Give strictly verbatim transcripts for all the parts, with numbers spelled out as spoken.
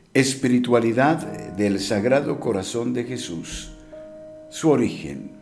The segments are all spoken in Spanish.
Espiritualidad del Sagrado Corazón de Jesús. Su origen.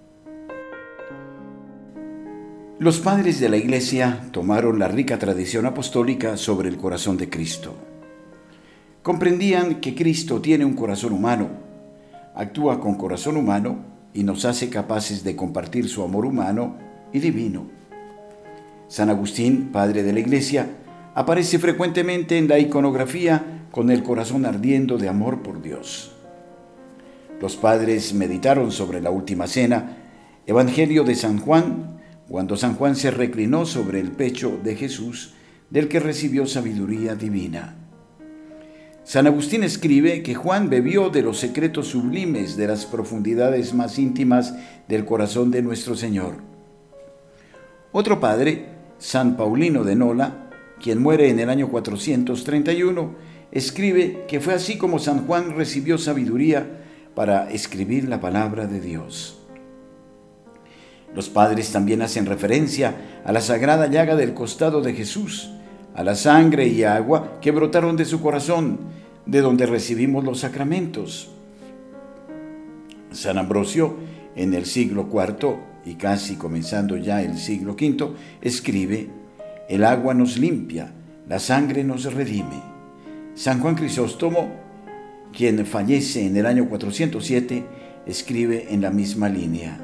Los padres de la Iglesia tomaron la rica tradición apostólica sobre el corazón de Cristo. Comprendían que Cristo tiene un corazón humano, actúa con corazón humano y nos hace capaces de compartir su amor humano y divino. San Agustín, padre de la Iglesia, aparece frecuentemente en la iconografía con el corazón ardiendo de amor por Dios. Los padres meditaron sobre la última cena, Evangelio de San Juan, cuando San Juan se reclinó sobre el pecho de Jesús, del que recibió sabiduría divina. San Agustín escribe que Juan bebió de los secretos sublimes de las profundidades más íntimas del corazón de nuestro Señor. Otro padre, San Paulino de Nola, quien muere en el año cuatrocientos treinta y uno, escribe que fue así como San Juan recibió sabiduría para escribir la palabra de Dios. Los padres también hacen referencia a la sagrada llaga del costado de Jesús, a la sangre y agua que brotaron de su corazón, de donde recibimos los sacramentos. San Ambrosio, en el siglo cuarto y casi comenzando ya el siglo quinto, escribe: el agua nos limpia, la sangre nos redime. San Juan Crisóstomo, quien fallece en el año cuatrocientos siete, escribe en la misma línea.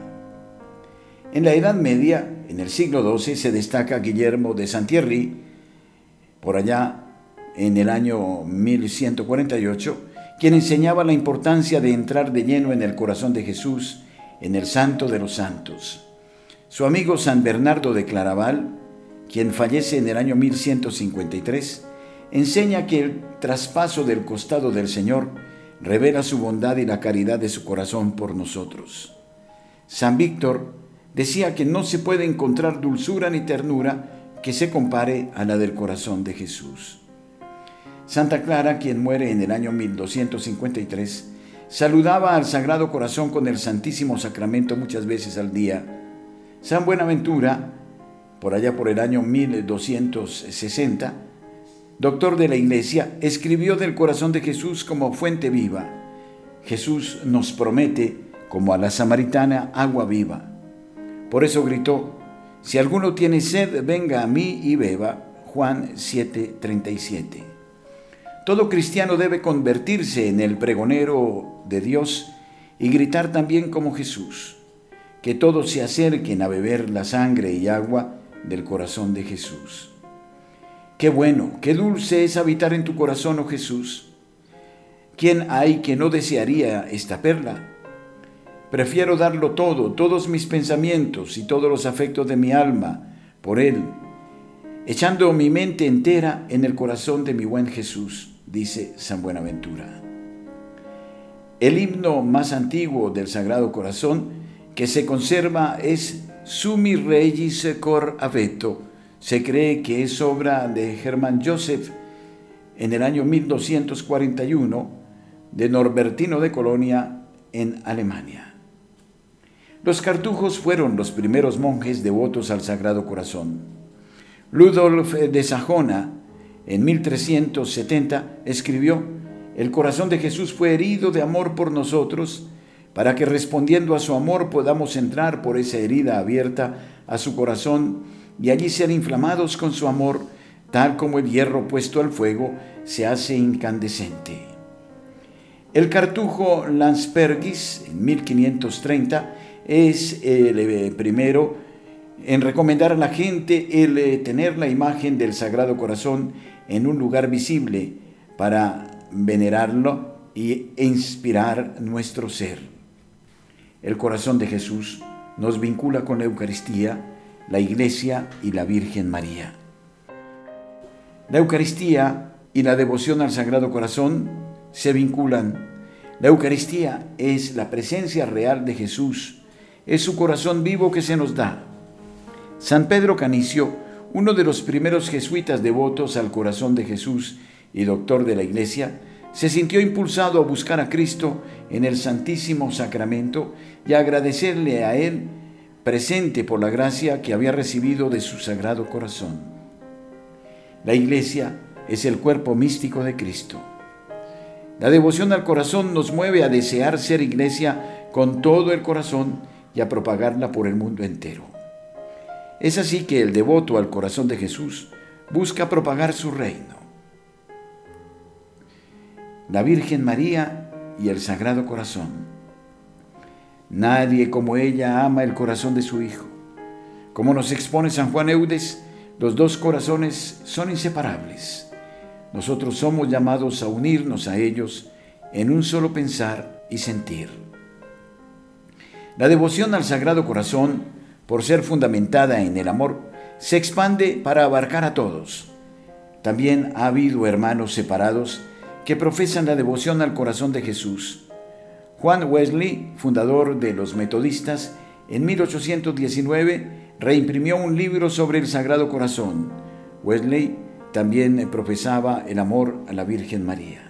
En la Edad Media, en el siglo doce, se destaca Guillermo de Saint-Thierry, por allá en el año mil ciento cuarenta y ocho, quien enseñaba la importancia de entrar de lleno en el corazón de Jesús, en el Santo de los Santos. Su amigo San Bernardo de Claraval, quien fallece en el año mil ciento cincuenta y tres, enseña que el traspaso del costado del Señor revela su bondad y la caridad de su corazón por nosotros. San Víctor decía que no se puede encontrar dulzura ni ternura que se compare a la del corazón de Jesús. Santa Clara, quien muere en el año mil doscientos cincuenta y tres, saludaba al Sagrado Corazón con el Santísimo Sacramento muchas veces al día. San Buenaventura, por allá por el año mil doscientos sesenta, doctor de la Iglesia, escribió del corazón de Jesús como fuente viva. Jesús nos promete, como a la samaritana, agua viva. Por eso gritó: si alguno tiene sed, venga a mí y beba. Juan siete treinta y siete. Todo cristiano debe convertirse en el pregonero de Dios y gritar también como Jesús: que todos se acerquen a beber la sangre y agua del corazón de Jesús. Qué bueno, qué dulce es habitar en tu corazón, oh Jesús. ¿Quién hay que no desearía esta perla? Prefiero darlo todo, todos mis pensamientos y todos los afectos de mi alma, por Él, echando mi mente entera en el corazón de mi buen Jesús, dice San Buenaventura. El himno más antiguo del Sagrado Corazón que se conserva es Summi Regis Cor Aveto. Se cree que es obra de Hermann Joseph en el año mil doscientos cuarenta y uno de Norbertino de Colonia en Alemania. Los cartujos fueron los primeros monjes devotos al Sagrado Corazón. Ludolf de Sajona, en mil trescientos setenta, escribió: el corazón de Jesús fue herido de amor por nosotros, para que respondiendo a su amor podamos entrar por esa herida abierta a su corazón y allí ser inflamados con su amor, tal como el hierro puesto al fuego se hace incandescente. El cartujo Landsbergis, en mil quinientos treinta, es el primero en recomendar a la gente el tener la imagen del Sagrado Corazón en un lugar visible para venerarlo y inspirar nuestro ser. El corazón de Jesús nos vincula con la Eucaristía, la Iglesia y la Virgen María. La Eucaristía y la devoción al Sagrado Corazón se vinculan. La Eucaristía es la presencia real de Jesús, es su corazón vivo que se nos da. San Pedro Canicio, uno de los primeros jesuitas devotos al corazón de Jesús y doctor de la Iglesia, se sintió impulsado a buscar a Cristo en el Santísimo Sacramento y a agradecerle a Él presente por la gracia que había recibido de su Sagrado Corazón. La Iglesia es el cuerpo místico de Cristo. La devoción al corazón nos mueve a desear ser iglesia con todo el corazón y a propagarla por el mundo entero. Es así que el devoto al corazón de Jesús busca propagar su reino. La Virgen María y el Sagrado Corazón. Nadie como ella ama el corazón de su Hijo. Como nos expone San Juan Eudes, los dos corazones son inseparables. Nosotros somos llamados a unirnos a ellos en un solo pensar y sentir. La devoción al Sagrado Corazón, por ser fundamentada en el amor, se expande para abarcar a todos. También ha habido hermanos separados que profesan la devoción al corazón de Jesús. Juan Wesley, fundador de los metodistas, en mil ochocientos diecinueve reimprimió un libro sobre el Sagrado Corazón. Wesley también profesaba el amor a la Virgen María.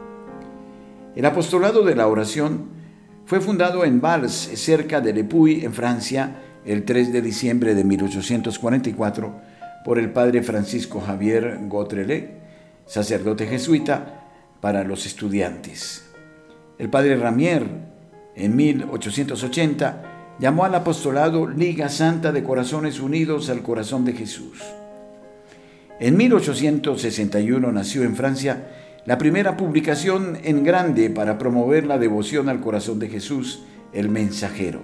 El apostolado de la oración fue fundado en Vals, cerca de Le Puy, en Francia, el tres de diciembre de mil ochocientos cuarenta y cuatro, por el padre Francisco Javier Gautrelin, sacerdote jesuita, para los estudiantes. El padre Ramier, en mil ochocientos ochenta, llamó al apostolado Liga Santa de Corazones Unidos al Corazón de Jesús. En mil ochocientos sesenta y uno nació en Francia la primera publicación en grande para promover la devoción al corazón de Jesús, El Mensajero.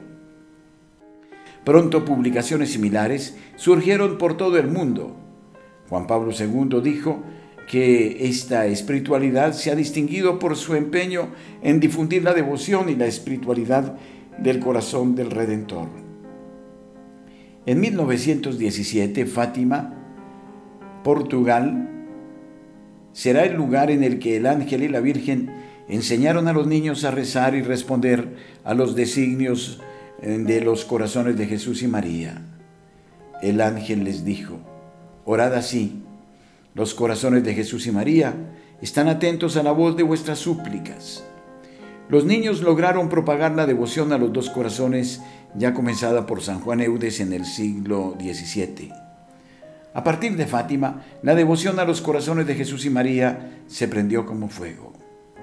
Pronto publicaciones similares surgieron por todo el mundo. Juan Pablo segundo dijo que esta espiritualidad se ha distinguido por su empeño en difundir la devoción y la espiritualidad del corazón del Redentor. En mil novecientos diecisiete, Fátima, Portugal, será el lugar en el que el ángel y la Virgen enseñaron a los niños a rezar y responder a los designios de los corazones de Jesús y María. El ángel les dijo: orad así. Los corazones de Jesús y María están atentos a la voz de vuestras súplicas. Los niños lograron propagar la devoción a los dos corazones, ya comenzada por San Juan Eudes en el siglo diecisiete. A partir de Fátima, la devoción a los corazones de Jesús y María se prendió como fuego.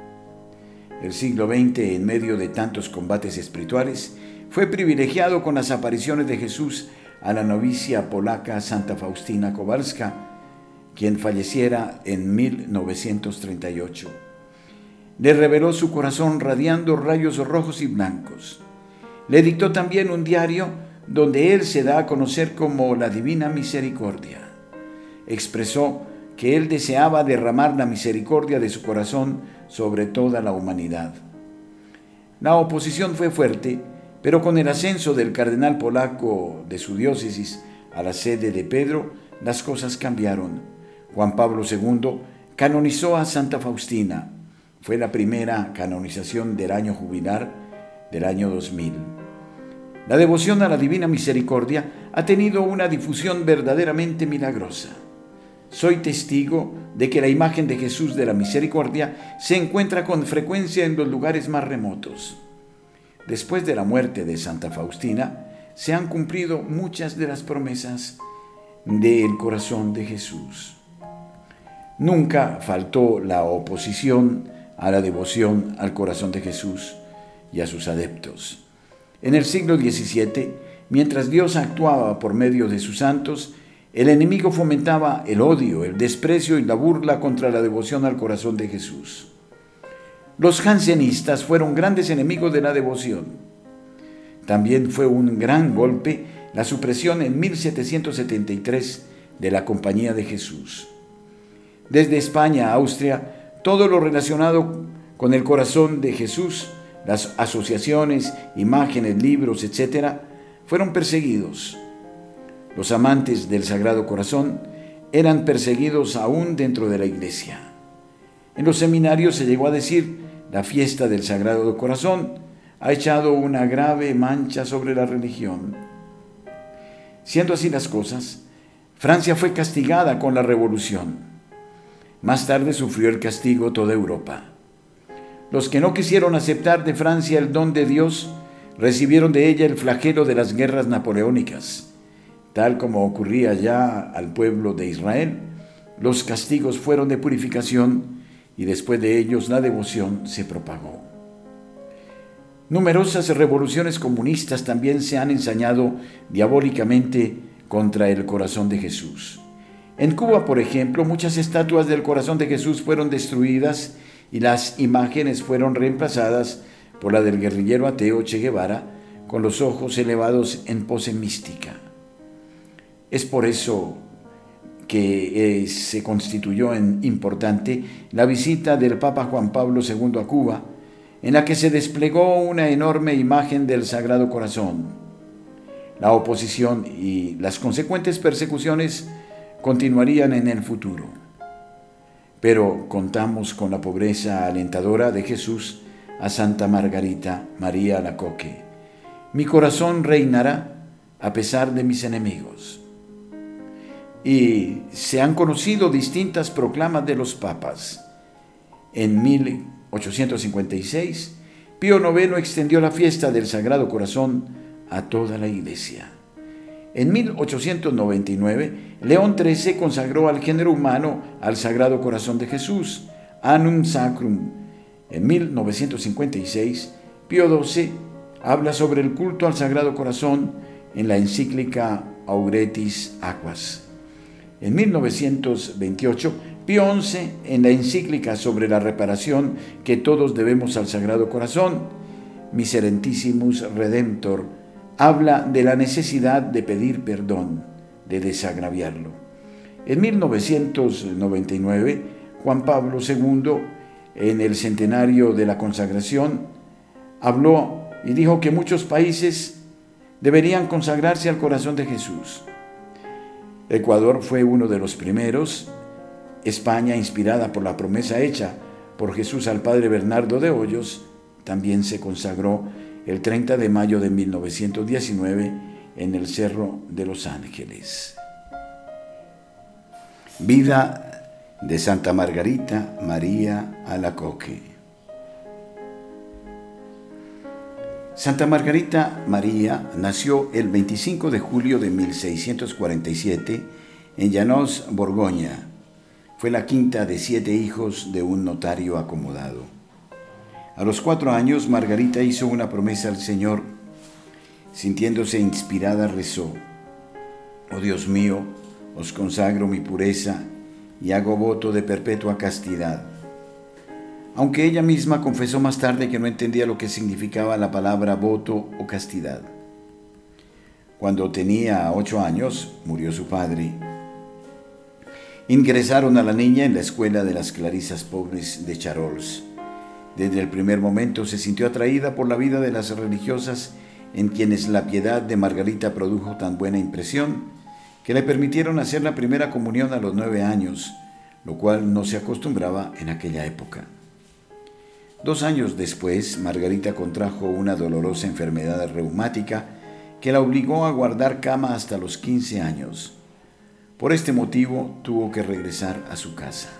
El siglo veinte, en medio de tantos combates espirituales, fue privilegiado con las apariciones de Jesús a la novicia polaca Santa Faustina Kowalska, quien falleciera en mil novecientos treinta y ocho. Le reveló su corazón radiando rayos rojos y blancos. Le dictó también un diario donde él se da a conocer como la Divina Misericordia. Expresó que él deseaba derramar la misericordia de su corazón sobre toda la humanidad. La oposición fue fuerte, pero con el ascenso del cardenal polaco de su diócesis a la sede de Pedro, las cosas cambiaron. Juan Pablo segundo canonizó a Santa Faustina. Fue la primera canonización del año jubilar del año dos mil. La devoción a la Divina Misericordia ha tenido una difusión verdaderamente milagrosa. Soy testigo de que la imagen de Jesús de la Misericordia se encuentra con frecuencia en los lugares más remotos. Después de la muerte de Santa Faustina, se han cumplido muchas de las promesas del corazón de Jesús. Nunca faltó la oposición a la devoción al corazón de Jesús y a sus adeptos. En el siglo diecisiete, mientras Dios actuaba por medio de sus santos, el enemigo fomentaba el odio, el desprecio y la burla contra la devoción al corazón de Jesús. Los jansenistas fueron grandes enemigos de la devoción. También fue un gran golpe la supresión en mil setecientos setenta y tres de la Compañía de Jesús. Desde España a Austria, todo lo relacionado con el corazón de Jesús, las asociaciones, imágenes, libros, etcétera, fueron perseguidos. Los amantes del Sagrado Corazón eran perseguidos aún dentro de la Iglesia. En los seminarios se llegó a decir: la fiesta del Sagrado Corazón ha echado una grave mancha sobre la religión. Siendo así las cosas, Francia fue castigada con la Revolución. Más tarde sufrió el castigo toda Europa. Los que no quisieron aceptar de Francia el don de Dios, recibieron de ella el flagelo de las guerras napoleónicas. Tal como ocurría ya al pueblo de Israel, los castigos fueron de purificación y después de ellos la devoción se propagó. Numerosas revoluciones comunistas también se han ensañado diabólicamente contra el corazón de Jesús. En Cuba, por ejemplo, muchas estatuas del corazón de Jesús fueron destruidas y las imágenes fueron reemplazadas por la del guerrillero ateo Che Guevara, con los ojos elevados en pose mística. Es por eso que eh, se constituyó en importante la visita del Papa Juan Pablo segundo a Cuba, en la que se desplegó una enorme imagen del Sagrado Corazón. La oposición y las consecuentes persecuciones continuarían en el futuro. Pero contamos con la pobreza alentadora de Jesús a Santa Margarita María Alacoque. Mi corazón reinará a pesar de mis enemigos. Y se han conocido distintas proclamas de los papas. En mil ochocientos cincuenta y seis, Pío noveno extendió la fiesta del Sagrado Corazón a toda la Iglesia. En mil ochocientos noventa y nueve, León trece consagró al género humano al Sagrado Corazón de Jesús, Annum Sacrum. En mil novecientos cincuenta y seis, Pío doce habla sobre el culto al Sagrado Corazón en la encíclica Auretis Aquas. En mil novecientos veintiocho, Pío once, en la encíclica sobre la reparación que todos debemos al Sagrado Corazón, Miserentissimus Redemptor, habla de la necesidad de pedir perdón, de desagraviarlo. En mil novecientos noventa y nueve, Juan Pablo segundo, en el centenario de la consagración, habló y dijo que muchos países deberían consagrarse al corazón de Jesús. Ecuador fue uno de los primeros. España, inspirada por la promesa hecha por Jesús al padre Bernardo de Hoyos, también se consagró el treinta de mayo de mil novecientos diecinueve en el Cerro de los Ángeles. Vida de Santa Margarita María Alacoque. Santa Margarita María nació el veinticinco de julio de mil seiscientos cuarenta y siete en Llanos, Borgoña. Fue la quinta de siete hijos de un notario acomodado. A los cuatro años, Margarita hizo una promesa al Señor. Sintiéndose inspirada, rezó: «Oh Dios mío, os consagro mi pureza y hago voto de perpetua castidad». Aunque ella misma confesó más tarde que no entendía lo que significaba la palabra voto o castidad. Cuando tenía ocho años, murió su padre. Ingresaron a la niña en la escuela de las Clarisas Pobres de Charolles. Desde el primer momento se sintió atraída por la vida de las religiosas, en quienes la piedad de Margarita produjo tan buena impresión que le permitieron hacer la primera comunión a los nueve años, lo cual no se acostumbraba en aquella época. Dos años después, Margarita contrajo una dolorosa enfermedad reumática que la obligó a guardar cama hasta los quince años. Por este motivo tuvo que regresar a su casa.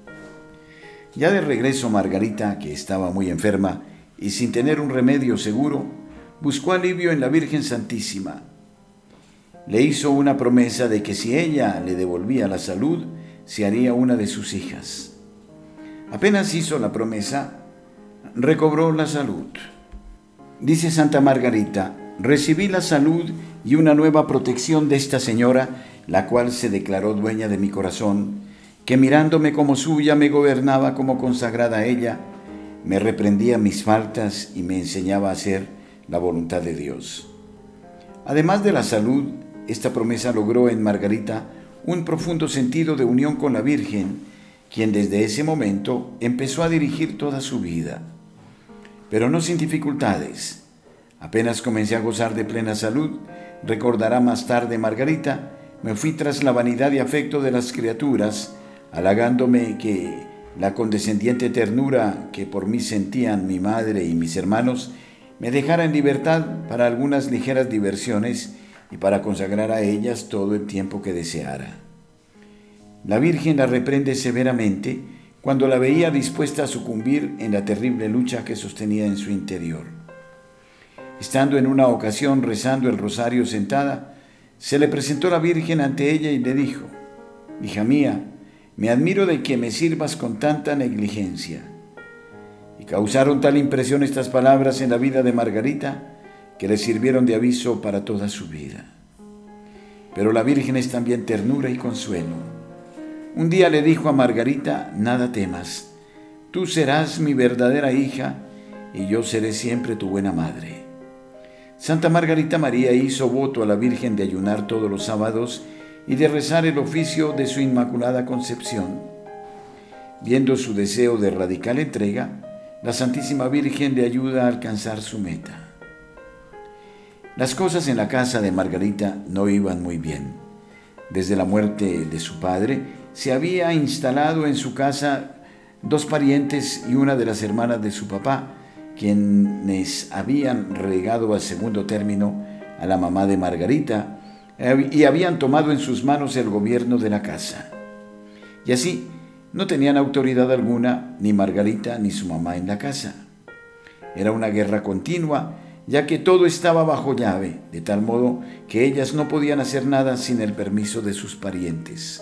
Ya de regreso, Margarita, que estaba muy enferma y sin tener un remedio seguro, buscó alivio en la Virgen Santísima. Le hizo una promesa de que si ella le devolvía la salud, se haría una de sus hijas. Apenas hizo la promesa, recobró la salud. Dice Santa Margarita: «Recibí la salud y una nueva protección de esta señora, la cual se declaró dueña de mi corazón, que mirándome como suya me gobernaba como consagrada a ella, me reprendía mis faltas y me enseñaba a hacer la voluntad de Dios». Además de la salud, esta promesa logró en Margarita un profundo sentido de unión con la Virgen, quien desde ese momento empezó a dirigir toda su vida. Pero no sin dificultades. Apenas comencé a gozar de plena salud, recordará más tarde Margarita, me fui tras la vanidad y afecto de las criaturas, halagándome que la condescendiente ternura que por mí sentían mi madre y mis hermanos me dejara en libertad para algunas ligeras diversiones y para consagrar a ellas todo el tiempo que deseara. La Virgen la reprende severamente cuando la veía dispuesta a sucumbir en la terrible lucha que sostenía en su interior. Estando en una ocasión rezando el rosario sentada, se le presentó la Virgen ante ella y le dijo: «Hija mía, Me admiro de que me sirvas con tanta negligencia. Y causaron tal impresión estas palabras en la vida de Margarita que le sirvieron de aviso para toda su vida. Pero la Virgen es también ternura y consuelo. Un día le dijo a Margarita: nada temas, tú serás mi verdadera hija y yo seré siempre tu buena madre. Santa Margarita María hizo voto a la Virgen de ayunar todos los sábados y de rezar el oficio de su Inmaculada Concepción. Viendo su deseo de radical entrega, la Santísima Virgen le ayuda a alcanzar su meta. Las cosas en la casa de Margarita no iban muy bien. Desde la muerte de su padre, se había instalado en su casa dos parientes y una de las hermanas de su papá, quienes habían relegado a segundo término a la mamá de Margarita y habían tomado en sus manos el gobierno de la casa. Y así no tenían autoridad alguna ni Margarita ni su mamá en la casa. Era una guerra continua, ya que todo estaba bajo llave, de tal modo que ellas no podían hacer nada sin el permiso de sus parientes.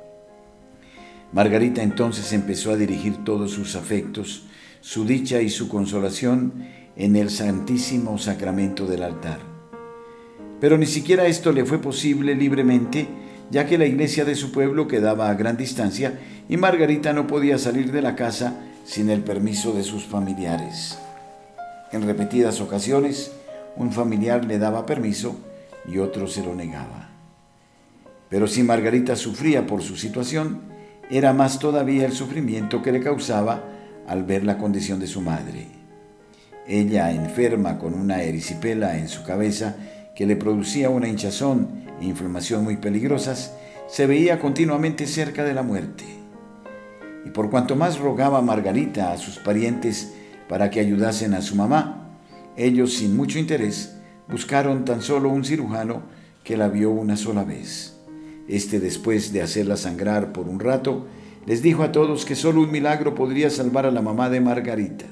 Margarita entonces empezó a dirigir todos sus afectos, su dicha y su consolación en el Santísimo Sacramento del altar. Pero ni siquiera esto le fue posible libremente, ya que la iglesia de su pueblo quedaba a gran distancia y Margarita no podía salir de la casa sin el permiso de sus familiares. En repetidas ocasiones, un familiar le daba permiso y otro se lo negaba. Pero si Margarita sufría por su situación, era más todavía el sufrimiento que le causaba al ver la condición de su madre. Ella, enferma con una erisipela en su cabeza que le producía una hinchazón e inflamación muy peligrosas, se veía continuamente cerca de la muerte. Y por cuanto más rogaba Margarita a sus parientes para que ayudasen a su mamá, ellos, sin mucho interés, buscaron tan solo un cirujano que la vio una sola vez. Este, después de hacerla sangrar por un rato, les dijo a todos que solo un milagro podría salvar a la mamá de Margarita.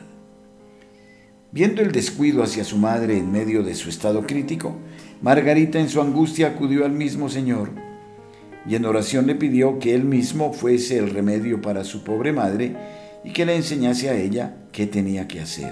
Viendo el descuido hacia su madre en medio de su estado crítico, Margarita en su angustia acudió al mismo Señor y en oración le pidió que Él mismo fuese el remedio para su pobre madre y que le enseñase a ella qué tenía que hacer.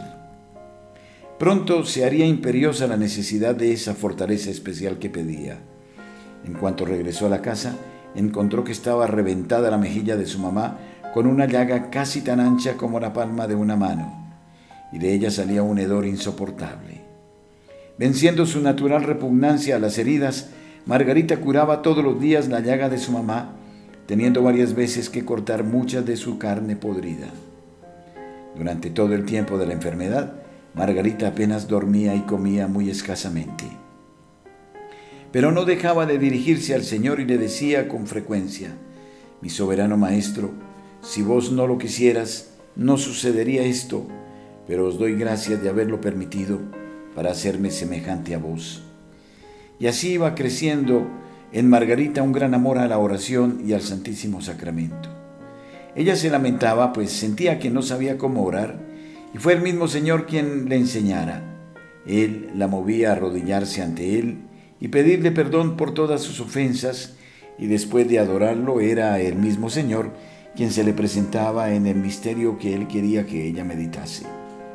Pronto se haría imperiosa la necesidad de esa fortaleza especial que pedía. En cuanto regresó a la casa, encontró que estaba reventada la mejilla de su mamá con una llaga casi tan ancha como la palma de una mano, y de ella salía un hedor insoportable. Venciendo su natural repugnancia a las heridas, Margarita curaba todos los días la llaga de su mamá, teniendo varias veces que cortar mucha de su carne podrida. Durante todo el tiempo de la enfermedad, Margarita apenas dormía y comía muy escasamente. Pero no dejaba de dirigirse al Señor y le decía con frecuencia: mi soberano Maestro, si vos no lo quisieras, no sucedería esto, pero os doy gracias de haberlo permitido para hacerme semejante a vos. Y así iba creciendo en Margarita un gran amor a la oración y al Santísimo Sacramento. Ella se lamentaba, pues sentía que no sabía cómo orar, y fue el mismo Señor quien le enseñara. Él la movía a arrodillarse ante Él y pedirle perdón por todas sus ofensas, y después de adorarlo era el mismo Señor quien se le presentaba en el misterio que Él quería que ella meditase.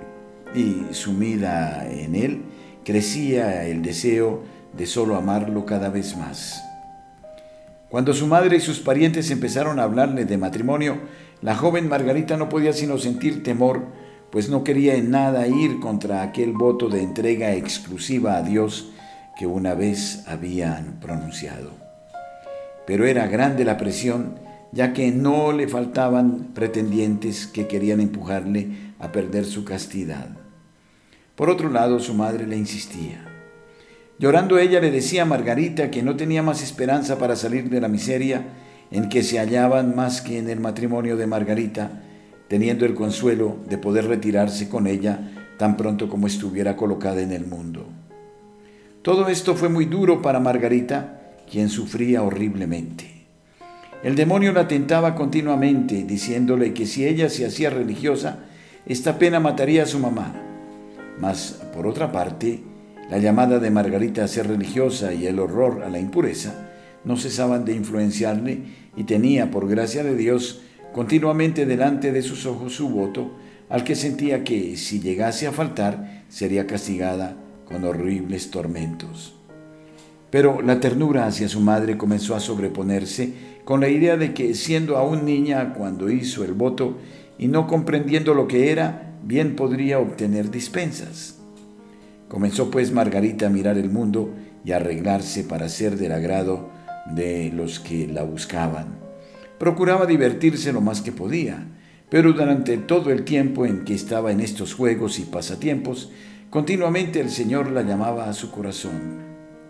Y sumida en Él, crecía el deseo de solo amarlo cada vez más. Cuando su madre y sus parientes empezaron a hablarle de matrimonio, la joven Margarita no podía sino sentir temor, pues no quería en nada ir contra aquel voto de entrega exclusiva a Dios que una vez habían pronunciado. Pero era grande la presión, ya que no le faltaban pretendientes que querían empujarle a perder su castidad. Por otro lado, su madre le insistía. Llorando, ella le decía a Margarita que no tenía más esperanza para salir de la miseria en que se hallaban más que en el matrimonio de Margarita, teniendo el consuelo de poder retirarse con ella tan pronto como estuviera colocada en el mundo. Todo esto fue muy duro para Margarita, quien sufría horriblemente. El demonio la tentaba continuamente, diciéndole que si ella se hacía religiosa, esta pena mataría a su mamá. Mas, por otra parte, la llamada de Margarita a ser religiosa y el horror a la impureza no cesaban de influenciarle y tenía, por gracia de Dios, continuamente delante de sus ojos su voto, al que sentía que, si llegase a faltar, sería castigada con horribles tormentos. Pero la ternura hacia su madre comenzó a sobreponerse con la idea de que, siendo aún niña cuando hizo el voto y no comprendiendo lo que era, bien podría obtener dispensas. Comenzó pues Margarita a mirar el mundo y a arreglarse para ser del agrado de los que la buscaban. Procuraba divertirse lo más que podía, pero durante todo el tiempo en que estaba en estos juegos y pasatiempos, continuamente el Señor la llamaba a su corazón.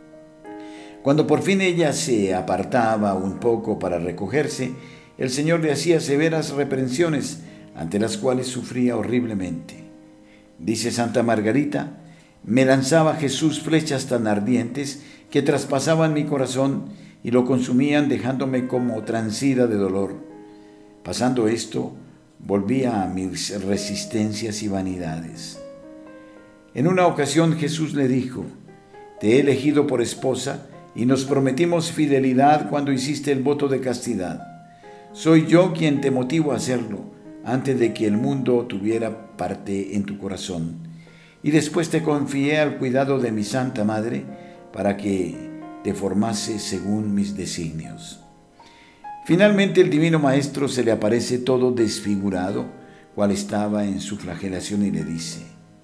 Cuando por fin ella se apartaba un poco para recogerse, el Señor le hacía severas reprensiones, ante las cuales sufría horriblemente. Dice Santa Margarita: me lanzaba Jesús flechas tan ardientes que traspasaban mi corazón y lo consumían, dejándome como transida de dolor. Pasando esto, volvía a mis resistencias y vanidades. En una ocasión Jesús le dijo: te he elegido por esposa y nos prometimos fidelidad cuando hiciste el voto de castidad. Soy yo quien te motivo a hacerlo, antes de que el mundo tuviera parte en tu corazón. Y después te confié al cuidado de mi Santa Madre para que te formase según mis designios. Finalmente el Divino Maestro se le aparece todo desfigurado, cual estaba en su flagelación, y le dice: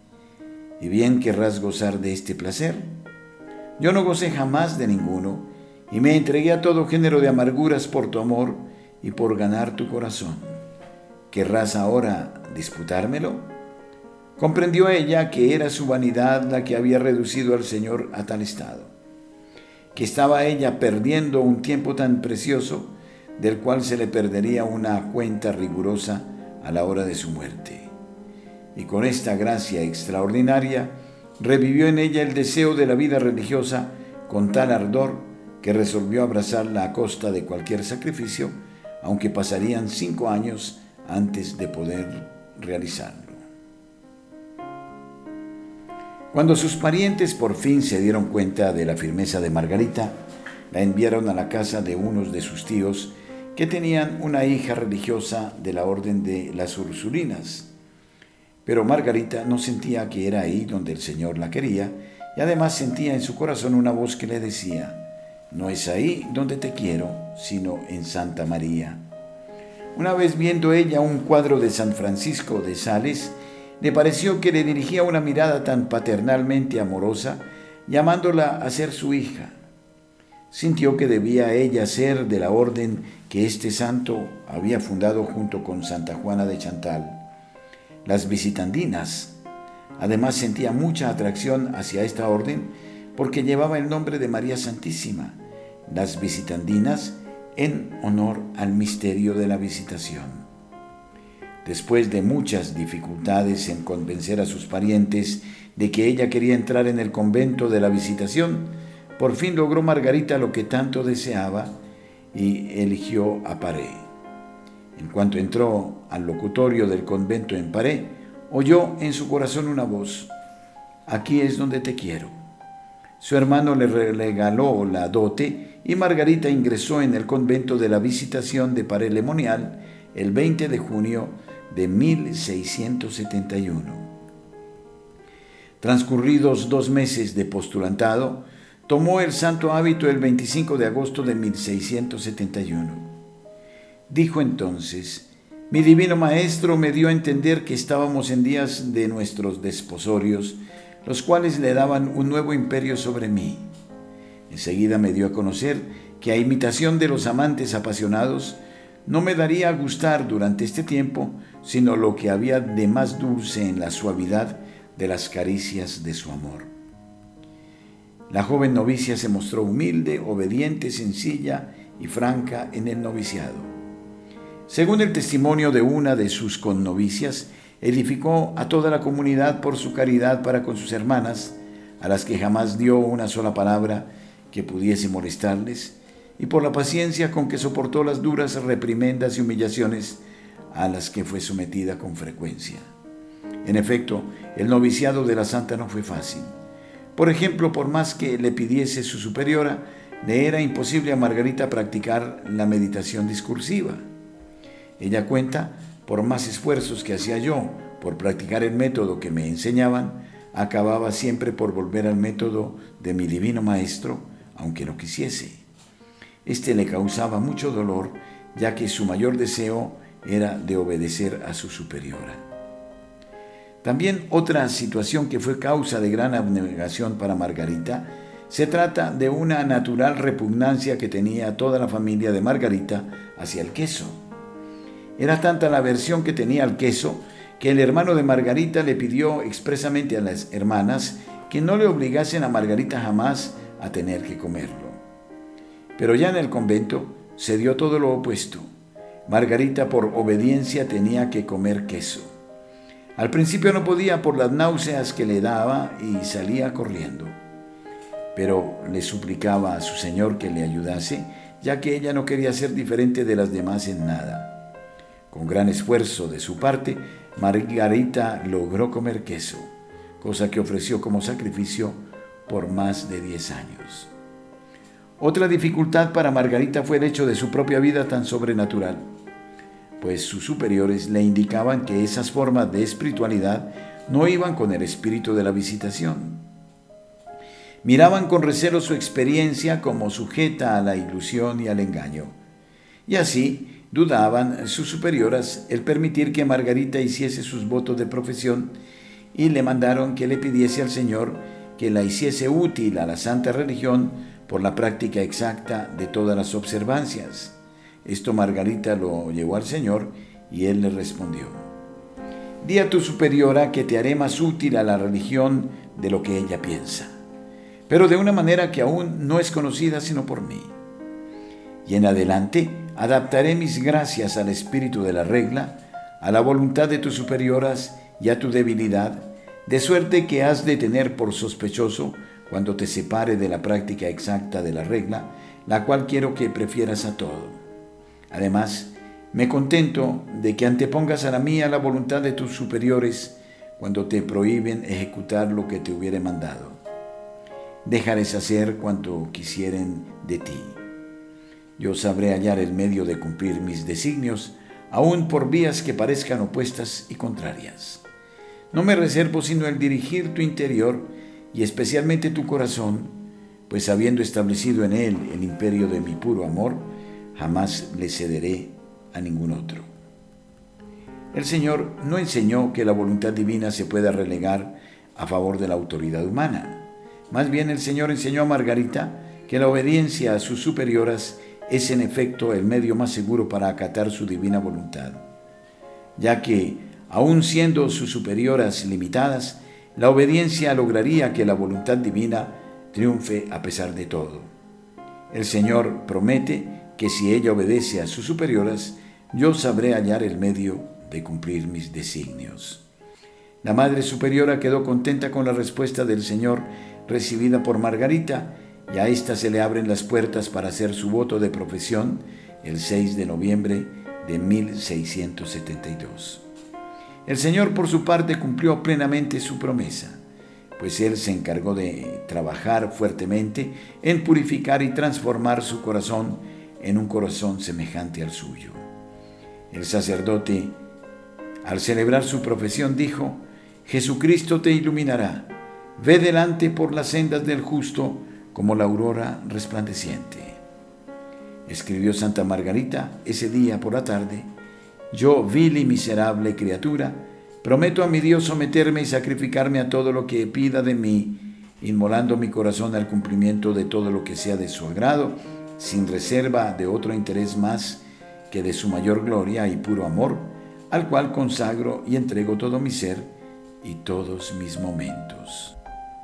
¿y bien querrás gozar de este placer? Yo no gocé jamás de ninguno, y me entregué a todo género de amarguras por tu amor y por ganar tu corazón. ¿Querrás ahora disputármelo? Comprendió ella que era su vanidad la que había reducido al Señor a tal estado, que estaba ella perdiendo un tiempo tan precioso, del cual se le perdería una cuenta rigurosa a la hora de su muerte. Y con esta gracia extraordinaria revivió en ella el deseo de la vida religiosa con tal ardor que resolvió abrazarla a costa de cualquier sacrificio, aunque pasarían cinco años antes de poder realizarlo. Cuando sus parientes por fin se dieron cuenta de la firmeza de Margarita, la enviaron a la casa de unos de sus tíos que tenían una hija religiosa de la orden de las Ursulinas. Pero Margarita no sentía que era ahí donde el Señor la quería, y además sentía en su corazón una voz que le decía: no es ahí donde te quiero, sino en Santa María. Una vez, viendo ella un cuadro de San Francisco de Sales, le pareció que le dirigía una mirada tan paternalmente amorosa, llamándola a ser su hija. Sintió que debía ella ser de la orden que este santo había fundado junto con Santa Juana de Chantal, las Visitandinas. Además sentía mucha atracción hacia esta orden porque llevaba el nombre de María Santísima, las Visitandinas, en honor al misterio de la visitación. Después de muchas dificultades en convencer a sus parientes de que ella quería entrar en el convento de la Visitación, por fin logró Margarita lo que tanto deseaba y eligió a Paré. En cuanto entró al locutorio del convento en Paré, oyó en su corazón una voz: aquí es donde te quiero. Su hermano le regaló la dote y Margarita ingresó en el convento de la Visitación de Paré Le Monial el veinte de junio de mil seiscientos setenta y uno. Transcurridos dos meses de postulantado, tomó el santo hábito el veinticinco de agosto de mil seiscientos setenta y uno. Dijo entonces: mi divino maestro me dio a entender que estábamos en días de nuestros desposorios, los cuales le daban un nuevo imperio sobre mí. Enseguida me dio a conocer que, a imitación de los amantes apasionados, no me daría a gustar durante este tiempo sino lo que había de más dulce en la suavidad de las caricias de su amor. La joven novicia se mostró humilde, obediente, sencilla y franca en el noviciado. Según el testimonio de una de sus connovicias, edificó a toda la comunidad por su caridad para con sus hermanas, a las que jamás dio una sola palabra que pudiese molestarles, y por la paciencia con que soportó las duras reprimendas y humillaciones a las que fue sometida con frecuencia. En efecto, el noviciado de la santa no fue fácil. Por ejemplo, por más que le pidiese su superiora le era imposible a Margarita practicar la meditación discursiva. Ella cuenta, por más esfuerzos que hacía yo por practicar el método que me enseñaban, acababa siempre por volver al método de mi divino maestro, aunque no quisiese. Este le causaba mucho dolor, ya que su mayor deseo era de obedecer a su superiora. También otra situación que fue causa de gran abnegación para Margarita, se trata de una natural repugnancia que tenía toda la familia de Margarita hacia el queso. Era tanta la aversión que tenía al queso que el hermano de Margarita le pidió expresamente a las hermanas que no le obligasen a Margarita jamás a tener que comerlo. Pero ya en el convento se dio todo lo opuesto. Margarita, por obediencia, tenía que comer queso. Al principio no podía por las náuseas que le daba y salía corriendo. Pero le suplicaba a su señor que le ayudase, ya que ella no quería ser diferente de las demás en nada. Con gran esfuerzo de su parte, Margarita logró comer queso, cosa que ofreció como sacrificio por más de diez años. Otra dificultad para Margarita fue el hecho de su propia vida tan sobrenatural, pues sus superiores le indicaban que esas formas de espiritualidad no iban con el espíritu de la visitación. Miraban con recelo su experiencia como sujeta a la ilusión y al engaño, y así dudaban sus superioras el permitir que Margarita hiciese sus votos de profesión y le mandaron que le pidiese al Señor que la hiciese útil a la santa religión por la práctica exacta de todas las observancias. Esto Margarita lo llevó al Señor y Él le respondió: «Di a tu superiora que te haré más útil a la religión de lo que ella piensa, pero de una manera que aún no es conocida sino por mí. Y en adelante adaptaré mis gracias al espíritu de la regla, a la voluntad de tus superioras y a tu debilidad, de suerte que has de tener por sospechoso, cuando te separe de la práctica exacta de la regla, la cual quiero que prefieras a todo. Además, me contento de que antepongas a la mía la voluntad de tus superiores cuando te prohíben ejecutar lo que te hubiere mandado. Déjales hacer cuanto quisieren de ti. Yo sabré hallar el medio de cumplir mis designios, aun por vías que parezcan opuestas y contrarias. No me reservo sino el dirigir tu interior y especialmente tu corazón, pues habiendo establecido en él el imperio de mi puro amor, jamás le cederé a ningún otro». El Señor no enseñó que la voluntad divina se pueda relegar a favor de la autoridad humana. Más bien el Señor enseñó a Margarita que la obediencia a sus superioras es en efecto el medio más seguro para acatar su divina voluntad, ya que, aun siendo sus superioras limitadas, la obediencia lograría que la voluntad divina triunfe a pesar de todo. El Señor promete que si ella obedece a sus superioras, yo sabré hallar el medio de cumplir mis designios. La Madre Superiora quedó contenta con la respuesta del Señor recibida por Margarita, y a ésta se le abren las puertas para hacer su voto de profesión el seis de noviembre de mil seiscientos setenta y dos. El Señor, por su parte, cumplió plenamente su promesa, pues Él se encargó de trabajar fuertemente en purificar y transformar su corazón en un corazón semejante al suyo. El sacerdote, al celebrar su profesión, dijo: «Jesucristo te iluminará, ve delante por las sendas del justo como la aurora resplandeciente». Escribió Santa Margarita ese día por la tarde: «Yo, vil y miserable criatura, prometo a mi Dios someterme y sacrificarme a todo lo que pida de mí, inmolando mi corazón al cumplimiento de todo lo que sea de su agrado, sin reserva de otro interés más que de su mayor gloria y puro amor, al cual consagro y entrego todo mi ser y todos mis momentos».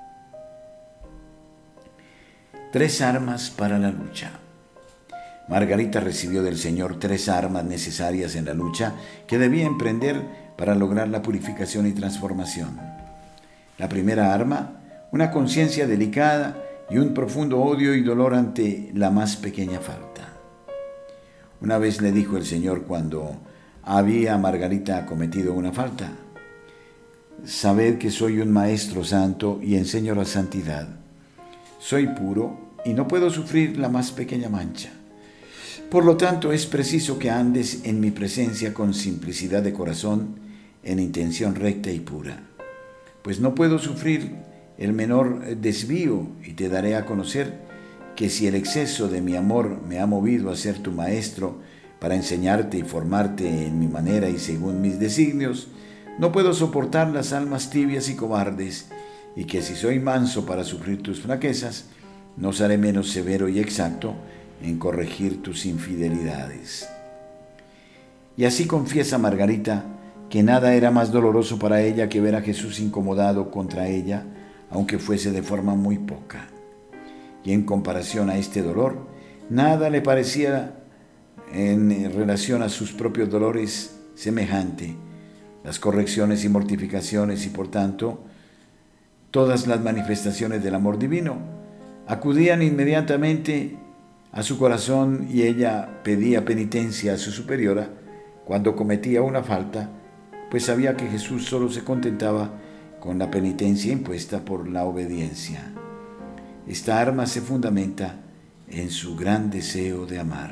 Tres armas para la lucha. Margarita recibió del Señor tres armas necesarias en la lucha que debía emprender para lograr la purificación y transformación. La primera arma, una conciencia delicada y un profundo odio y dolor ante la más pequeña falta. Una vez le dijo el Señor cuando había Margarita cometido una falta: «Sabed que soy un maestro santo y enseño la santidad. Soy puro y no puedo sufrir la más pequeña mancha. Por lo tanto, es preciso que andes en mi presencia con simplicidad de corazón, en intención recta y pura. Pues no puedo sufrir el menor desvío, y te daré a conocer que si el exceso de mi amor me ha movido a ser tu maestro para enseñarte y formarte en mi manera y según mis designios, no puedo soportar las almas tibias y cobardes, y que si soy manso para sufrir tus flaquezas, no seré menos severo y exacto en corregir tus infidelidades. Y así confiesa Margarita que nada era más doloroso para ella que ver a Jesús incomodado contra ella, aunque fuese de forma muy poca. Y en comparación a este dolor, nada le parecía en relación a sus propios dolores semejante. Las correcciones y mortificaciones y por tanto todas las manifestaciones del amor divino acudían inmediatamente a su corazón, y ella pedía penitencia a su superiora cuando cometía una falta, pues sabía que Jesús solo se contentaba con la penitencia impuesta por la obediencia. Esta arma se fundamenta en su gran deseo de amar.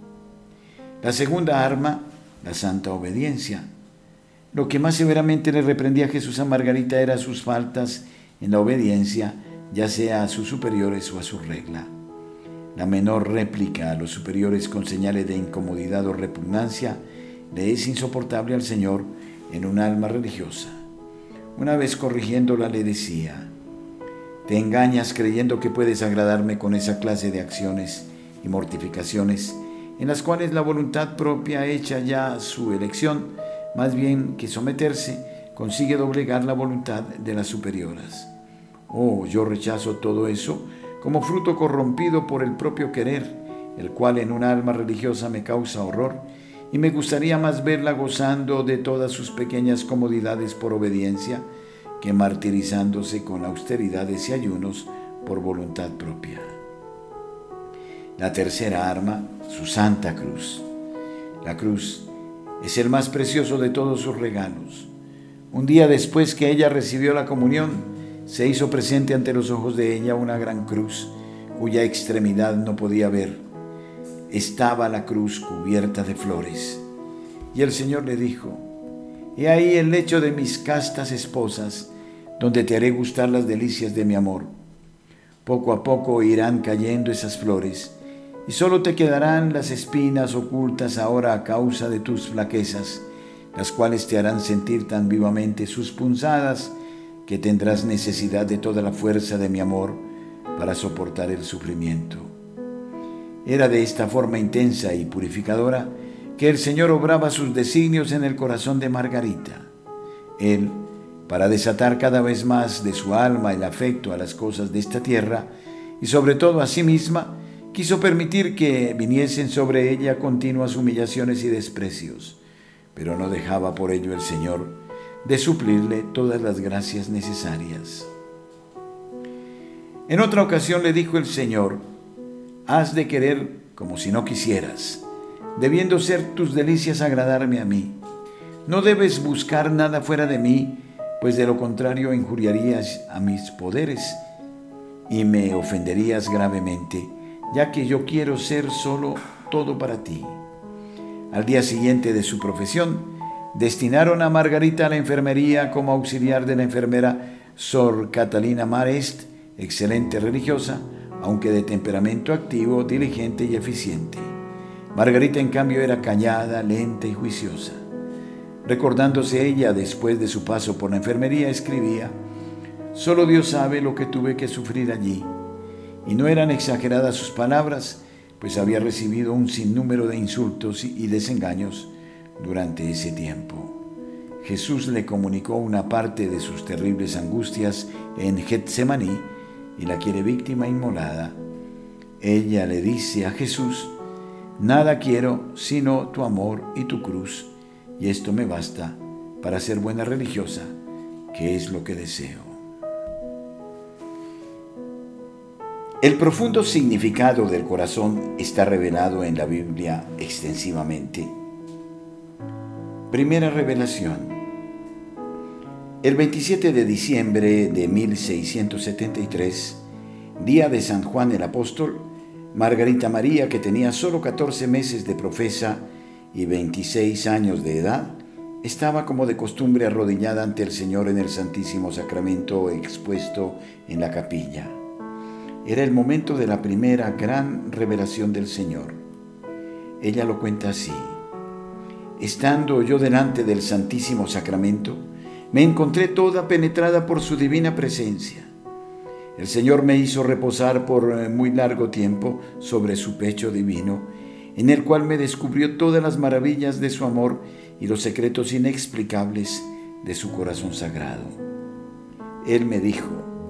La segunda arma, la santa obediencia. Lo que más severamente le reprendía Jesús a Margarita era sus faltas en la obediencia, ya sea a sus superiores o a su regla. La menor réplica a los superiores con señales de incomodidad o repugnancia le es insoportable al Señor en un alma religiosa. Una vez corrigiéndola le decía: te engañas creyendo que puedes agradarme con esa clase de acciones y mortificaciones en las cuales la voluntad propia, hecha ya su elección, más bien que someterse, consigue doblegar la voluntad de las superioras. Oh, yo rechazo todo eso como fruto corrompido por el propio querer, el cual en un alma religiosa me causa horror, y me gustaría más verla gozando de todas sus pequeñas comodidades por obediencia, que martirizándose con austeridades y ayunos por voluntad propia. La tercera arma, su santa cruz. La cruz es el más precioso de todos sus regalos. Un día después que ella recibió la comunión, se hizo presente ante los ojos de ella una gran cruz, cuya extremidad no podía ver. Estaba la cruz cubierta de flores. Y el Señor le dijo: he ahí el lecho de mis castas esposas, donde te haré gustar las delicias de mi amor. Poco a poco irán cayendo esas flores, y solo te quedarán las espinas ocultas ahora a causa de tus flaquezas, las cuales te harán sentir tan vivamente sus punzadas que tendrás necesidad de toda la fuerza de mi amor para soportar el sufrimiento. Era de esta forma intensa y purificadora que el Señor obraba sus designios en el corazón de Margarita. Él, para desatar cada vez más de su alma el afecto a las cosas de esta tierra y sobre todo a sí misma, quiso permitir que viniesen sobre ella continuas humillaciones y desprecios, pero no dejaba por ello el Señor de suplirle todas las gracias necesarias. En otra ocasión le dijo el Señor: has de querer como si no quisieras, debiendo ser tus delicias agradarme a mí. No debes buscar nada fuera de mí, pues de lo contrario injuriarías a mis poderes y me ofenderías gravemente, ya que yo quiero ser solo todo para ti. Al día siguiente de su profesión, destinaron a Margarita a la enfermería como auxiliar de la enfermera Sor Catalina Marest, excelente religiosa, aunque de temperamento activo, diligente y eficiente. Margarita, en cambio, era callada, lenta y juiciosa. Recordándose ella después de su paso por la enfermería, escribía: solo Dios sabe lo que tuve que sufrir allí. Y no eran exageradas sus palabras, pues había recibido un sinnúmero de insultos y desengaños durante ese tiempo. Jesús le comunicó una parte de sus terribles angustias en Getsemaní y la quiere víctima inmolada. Ella le dice a Jesús: nada quiero sino tu amor y tu cruz, y esto me basta para ser buena religiosa, que es lo que deseo. El profundo significado del corazón está revelado en la Biblia extensivamente. Primera revelación. El veintisiete de diciembre de mil seiscientos setenta y tres, día de San Juan el Apóstol, Margarita María, que tenía solo catorce meses de profesa y veintiséis años de edad, estaba como de costumbre arrodillada ante el Señor en el Santísimo Sacramento expuesto en la capilla. Era el momento de la primera gran revelación del Señor. Ella lo cuenta así: estando yo delante del Santísimo Sacramento, me encontré toda penetrada por su divina presencia. El Señor me hizo reposar por muy largo tiempo sobre su pecho divino, en el cual me descubrió todas las maravillas de su amor y los secretos inexplicables de su corazón sagrado. Él me dijo: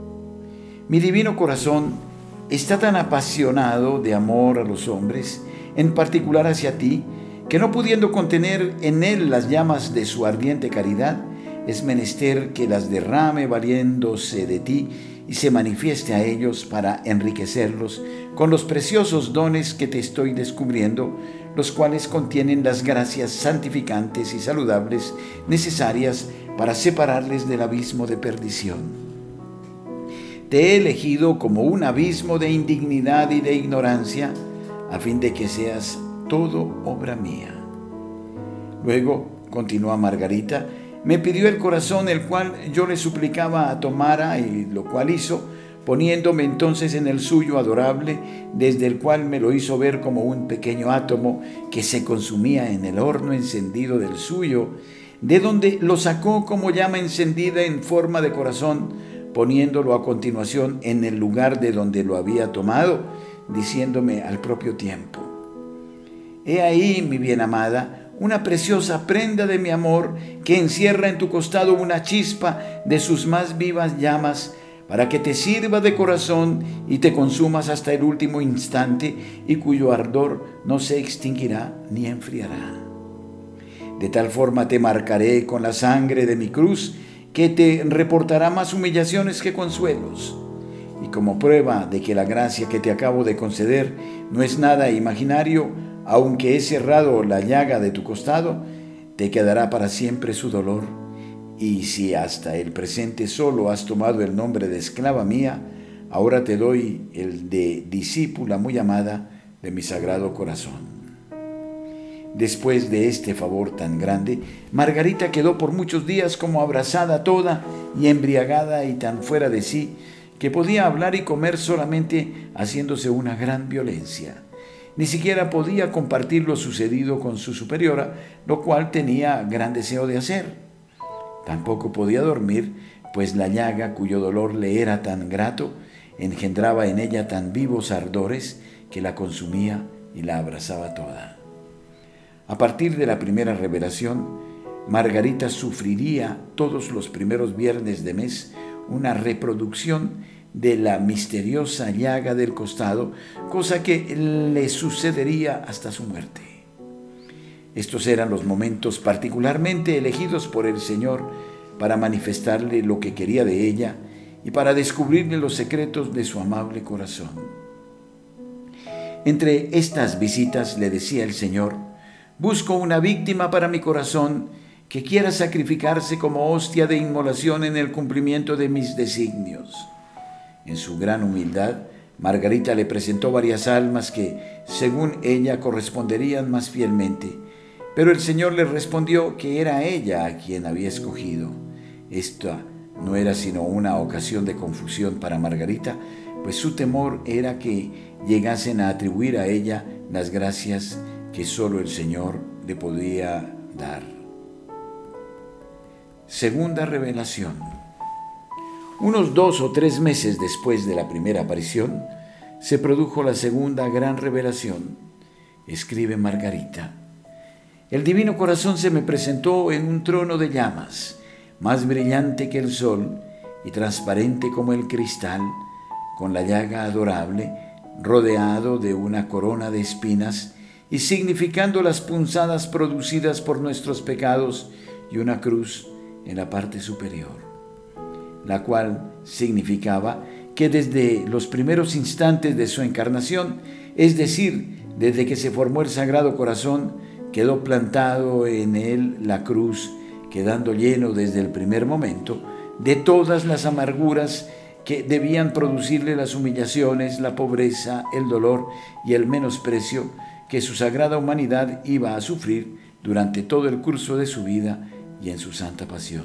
mi divino corazón está tan apasionado de amor a los hombres, en particular hacia ti, que no pudiendo contener en él las llamas de su ardiente caridad, es menester que las derrame valiéndose de ti y se manifieste a ellos para enriquecerlos con los preciosos dones que te estoy descubriendo, los cuales contienen las gracias santificantes y saludables necesarias para separarles del abismo de perdición. Te he elegido como un abismo de indignidad y de ignorancia, a fin de que seas todo obra mía. Luego, continúa Margarita, me pidió el corazón, el cual yo le suplicaba tomara, y lo cual hizo, poniéndome entonces en el suyo adorable, desde el cual me lo hizo ver como un pequeño átomo que se consumía en el horno encendido del suyo, de donde lo sacó como llama encendida en forma de corazón, poniéndolo a continuación en el lugar de donde lo había tomado, diciéndome al propio tiempo: he ahí, mi bien amada, una preciosa prenda de mi amor que encierra en tu costado una chispa de sus más vivas llamas, para que te sirva de corazón y te consumas hasta el último instante, y cuyo ardor no se extinguirá ni enfriará. De tal forma te marcaré con la sangre de mi cruz, que te reportará más humillaciones que consuelos. Y como prueba de que la gracia que te acabo de conceder no es nada imaginario, aunque he cerrado la llaga de tu costado, te quedará para siempre su dolor. Y si hasta el presente solo has tomado el nombre de esclava mía, ahora te doy el de discípula muy amada de mi sagrado corazón. Después de este favor tan grande, Margarita quedó por muchos días como abrazada toda y embriagada y tan fuera de sí, que podía hablar y comer solamente haciéndose una gran violencia. Ni siquiera podía compartir lo sucedido con su superiora, lo cual tenía gran deseo de hacer. Tampoco podía dormir, pues la llaga, cuyo dolor le era tan grato, engendraba en ella tan vivos ardores que la consumía y la abrazaba toda. A partir de la primera revelación, Margarita sufriría todos los primeros viernes de mes una reproducción de la misteriosa llaga del costado, cosa que le sucedería hasta su muerte. Estos eran los momentos particularmente elegidos por el Señor para manifestarle lo que quería de ella y para descubrirle los secretos de su amable corazón. Entre estas visitas le decía el Señor: busco una víctima para mi corazón que quiera sacrificarse como hostia de inmolación en el cumplimiento de mis designios. En su gran humildad, Margarita le presentó varias almas que, según ella, corresponderían más fielmente, pero el Señor le respondió que era ella a quien había escogido. Esta no era sino una ocasión de confusión para Margarita, pues su temor era que llegasen a atribuir a ella las gracias que solo el Señor le podía dar. Segunda revelación. Unos dos o tres meses después de la primera aparición, se produjo la segunda gran revelación. Escribe Margarita: el divino corazón se me presentó en un trono de llamas, más brillante que el sol y transparente como el cristal, con la llaga adorable, rodeado de una corona de espinas y significando las punzadas producidas por nuestros pecados, y una cruz en la parte superior, la cual significaba que desde los primeros instantes de su encarnación, es decir, desde que se formó el Sagrado Corazón, quedó plantado en él la cruz, quedando lleno desde el primer momento de todas las amarguras que debían producirle las humillaciones, la pobreza, el dolor y el menosprecio que su sagrada humanidad iba a sufrir durante todo el curso de su vida y en su santa pasión.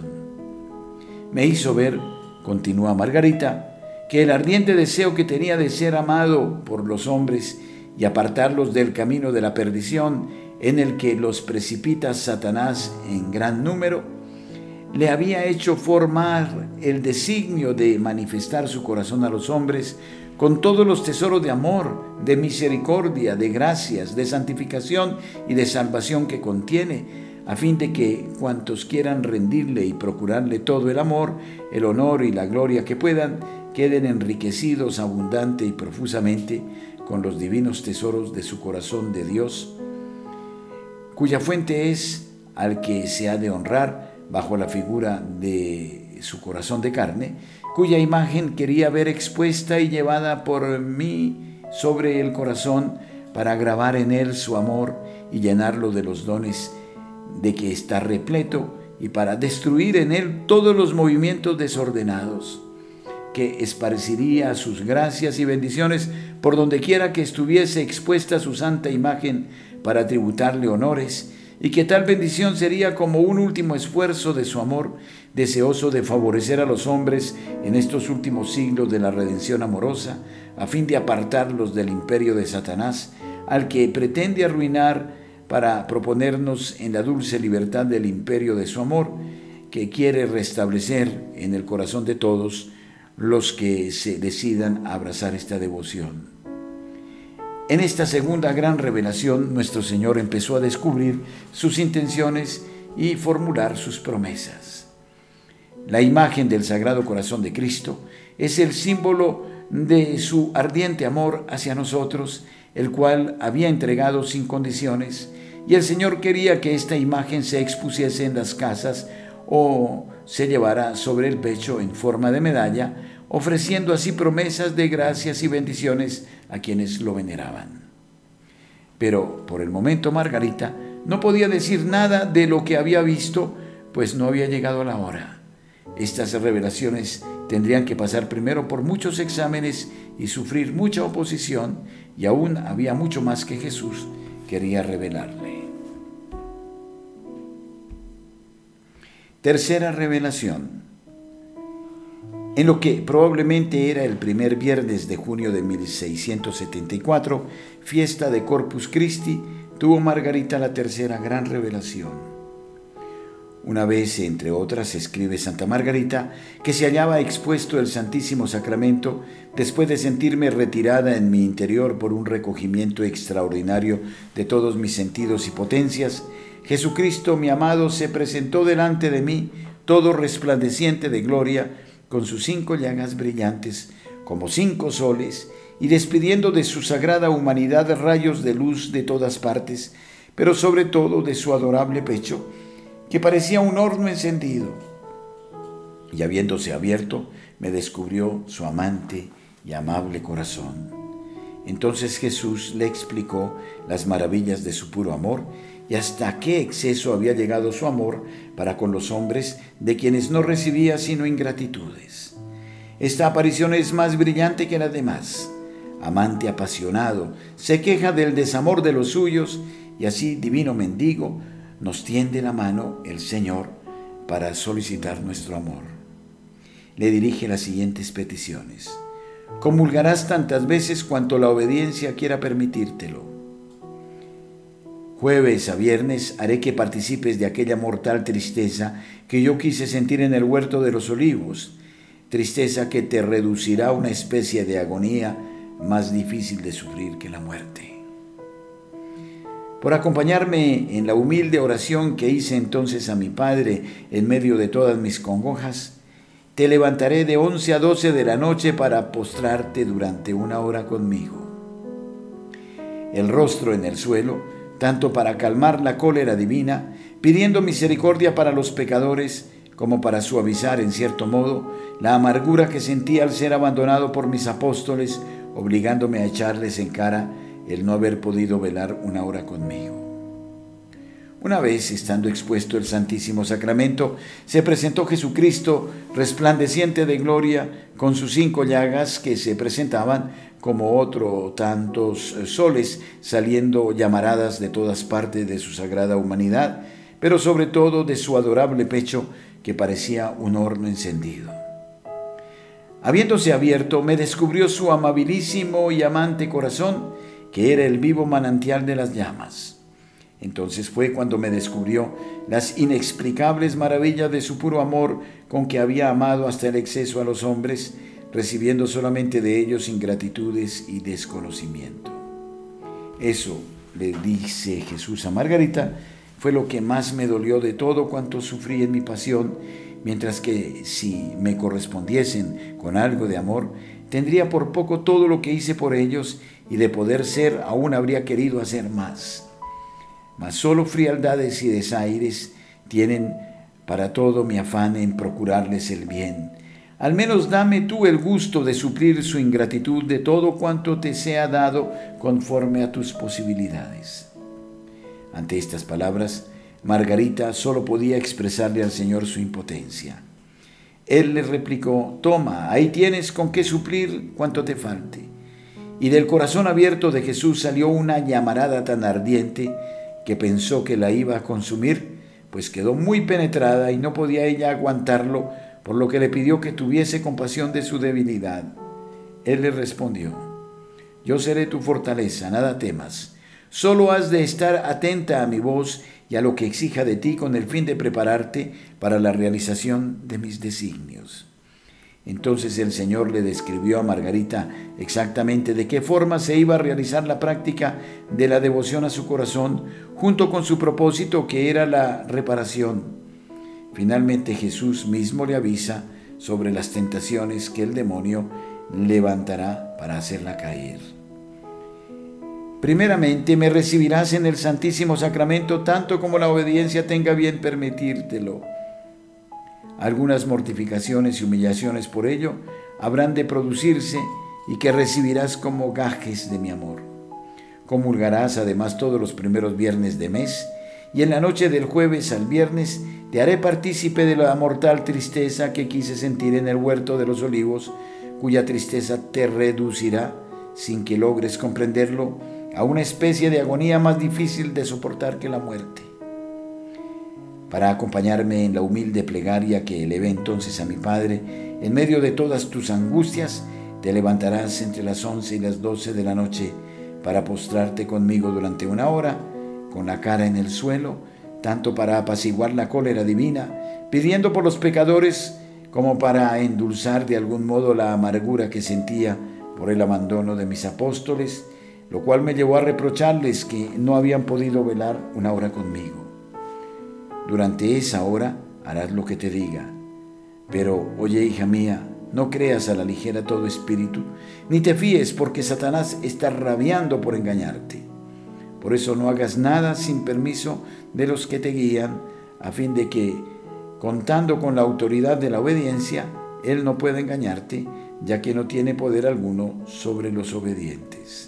Me hizo ver, continúa Margarita, que el ardiente deseo que tenía de ser amado por los hombres y apartarlos del camino de la perdición en el que los precipita Satanás en gran número, le había hecho formar el designio de manifestar su corazón a los hombres con todos los tesoros de amor, de misericordia, de gracias, de santificación y de salvación que contiene, a fin de que cuantos quieran rendirle y procurarle todo el amor, el honor y la gloria que puedan, queden enriquecidos abundante y profusamente con los divinos tesoros de su corazón de Dios, cuya fuente es al que se ha de honrar bajo la figura de su corazón de carne, cuya imagen quería ver expuesta y llevada por mí sobre el corazón para grabar en él su amor y llenarlo de los dones de que está repleto y para destruir en él todos los movimientos desordenados, que esparciría sus gracias y bendiciones por donde quiera que estuviese expuesta su santa imagen para tributarle honores, y que tal bendición sería como un último esfuerzo de su amor, deseoso de favorecer a los hombres en estos últimos siglos de la redención amorosa, a fin de apartarlos del imperio de Satanás, al que pretende arruinar para proponernos en la dulce libertad del imperio de su amor, que quiere restablecer en el corazón de todos los que se decidan a abrazar esta devoción. En esta segunda gran revelación, nuestro Señor empezó a descubrir sus intenciones y formular sus promesas. La imagen del Sagrado Corazón de Cristo es el símbolo de su ardiente amor hacia nosotros, el cual había entregado sin condiciones, y el Señor quería que esta imagen se expusiese en las casas o se llevara sobre el pecho en forma de medalla, ofreciendo así promesas de gracias y bendiciones a quienes lo veneraban. Pero por el momento Margarita no podía decir nada de lo que había visto, pues no había llegado la hora. Estas revelaciones tendrían que pasar primero por muchos exámenes y sufrir mucha oposición, y aún había mucho más que Jesús quería revelarle. Tercera revelación. En lo que probablemente era el primer viernes de junio de mil seiscientos setenta y cuatro, fiesta de Corpus Christi, tuvo Margarita la tercera gran revelación. Una vez, entre otras, escribe Santa Margarita, que se hallaba expuesto el Santísimo Sacramento después de sentirme retirada en mi interior por un recogimiento extraordinario de todos mis sentidos y potencias, Jesucristo, mi amado, se presentó delante de mí, todo resplandeciente de gloria, con sus cinco llagas brillantes, como cinco soles, y despidiendo de su sagrada humanidad rayos de luz de todas partes, pero sobre todo de su adorable pecho, que parecía un horno encendido. Y habiéndose abierto, me descubrió su amante y amable corazón. Entonces Jesús le explicó las maravillas de su puro amor y hasta qué exceso había llegado su amor para con los hombres, de quienes no recibía sino ingratitudes. Esta aparición es más brillante que las demás. Amante apasionado, se queja del desamor de los suyos, y así, divino mendigo, nos tiende la mano el Señor para solicitar nuestro amor. Le dirige las siguientes peticiones. Comulgarás tantas veces cuanto la obediencia quiera permitírtelo. Jueves a viernes haré que participes de aquella mortal tristeza que yo quise sentir en el huerto de los olivos, tristeza que te reducirá a una especie de agonía más difícil de sufrir que la muerte. Por acompañarme en la humilde oración que hice entonces a mi Padre en medio de todas mis congojas, te levantaré de once a doce de la noche para postrarte durante una hora conmigo. El rostro en el suelo, tanto para calmar la cólera divina, pidiendo misericordia para los pecadores, como para suavizar, en cierto modo, la amargura que sentía al ser abandonado por mis apóstoles, obligándome a echarles en cara el no haber podido velar una hora conmigo. Una vez, estando expuesto el Santísimo Sacramento, se presentó Jesucristo resplandeciente de gloria, con sus cinco llagas que se presentaban como otro tantos soles saliendo llamaradas de todas partes de su sagrada humanidad, pero sobre todo de su adorable pecho que parecía un horno encendido. Habiéndose abierto, me descubrió su amabilísimo y amante corazón, que era el vivo manantial de las llamas. Entonces fue cuando me descubrió las inexplicables maravillas de su puro amor con que había amado hasta el exceso a los hombres, recibiendo solamente de ellos ingratitudes y desconocimiento. Eso, le dice Jesús a Margarita, fue lo que más me dolió de todo cuanto sufrí en mi pasión, mientras que si me correspondiesen con algo de amor, tendría por poco todo lo que hice por ellos, y de poder ser aún habría querido hacer más. Mas solo frialdades y desaires tienen para todo mi afán en procurarles el bien. Al menos dame tú el gusto de suplir su ingratitud de todo cuanto te sea dado conforme a tus posibilidades. Ante estas palabras, Margarita solo podía expresarle al Señor su impotencia. Él le replicó: toma, ahí tienes con qué suplir cuanto te falte. Y del corazón abierto de Jesús salió una llamarada tan ardiente que pensó que la iba a consumir, pues quedó muy penetrada y no podía ella aguantarlo, por lo que le pidió que tuviese compasión de su debilidad. Él le respondió: yo seré tu fortaleza, nada temas. Solo has de estar atenta a mi voz y a lo que exija de ti, con el fin de prepararte para la realización de mis designios. Entonces el Señor le describió a Margarita exactamente de qué forma se iba a realizar la práctica de la devoción a su corazón, junto con su propósito, que era la reparación. Finalmente Jesús mismo le avisa sobre las tentaciones que el demonio levantará para hacerla caer. Primeramente, me recibirás en el Santísimo Sacramento tanto como la obediencia tenga bien permitírtelo. Algunas mortificaciones y humillaciones por ello habrán de producirse, y que recibirás como gajes de mi amor. Comulgarás además todos los primeros viernes de mes, y en la noche del jueves al viernes te haré partícipe de la mortal tristeza que quise sentir en el huerto de los olivos, cuya tristeza te reducirá, sin que logres comprenderlo, a una especie de agonía más difícil de soportar que la muerte. Para acompañarme en la humilde plegaria que elevé entonces a mi Padre, en medio de todas tus angustias, te levantarás entre las once y las doce de la noche para postrarte conmigo durante una hora, con la cara en el suelo, tanto para apaciguar la cólera divina, pidiendo por los pecadores, como para endulzar de algún modo la amargura que sentía por el abandono de mis apóstoles, lo cual me llevó a reprocharles que no habían podido velar una hora conmigo. Durante esa hora harás lo que te diga. Pero, oye, hija mía, no creas a la ligera todo espíritu, ni te fíes, porque Satanás está rabiando por engañarte. Por eso no hagas nada sin permiso de los que te guían, a fin de que, contando con la autoridad de la obediencia, él no pueda engañarte, ya que no tiene poder alguno sobre los obedientes.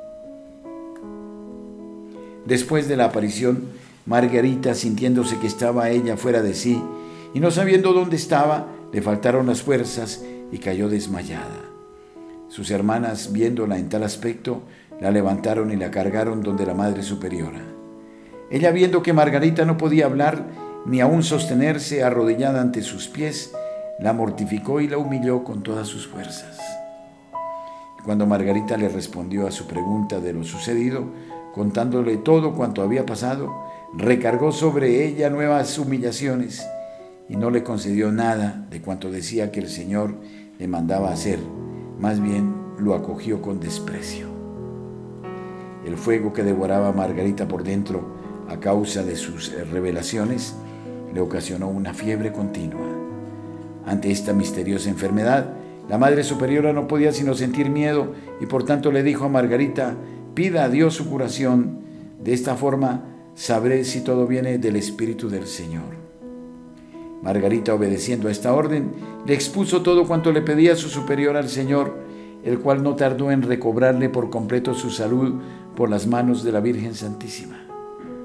Después de la aparición, Margarita, sintiéndose que estaba ella fuera de sí y no sabiendo dónde estaba, le faltaron las fuerzas y cayó desmayada. Sus hermanas, viéndola en tal aspecto, la levantaron y la cargaron donde la Madre Superiora. Ella, viendo que Margarita no podía hablar ni aún sostenerse arrodillada ante sus pies, la mortificó y la humilló con todas sus fuerzas. Cuando Margarita le respondió a su pregunta de lo sucedido, contándole todo cuanto había pasado, recargó sobre ella nuevas humillaciones y no le concedió nada de cuanto decía que el Señor le mandaba hacer, más bien lo acogió con desprecio. El fuego que devoraba a Margarita por dentro a causa de sus revelaciones le ocasionó una fiebre continua. Ante esta misteriosa enfermedad, la Madre Superiora no podía sino sentir miedo y por tanto le dijo a Margarita: pida a Dios su curación, de esta forma sabré si todo viene del Espíritu del Señor. Margarita, obedeciendo a esta orden, le expuso todo cuanto le pedía su superior al Señor, el cual no tardó en recobrarle por completo su salud por las manos de la Virgen Santísima.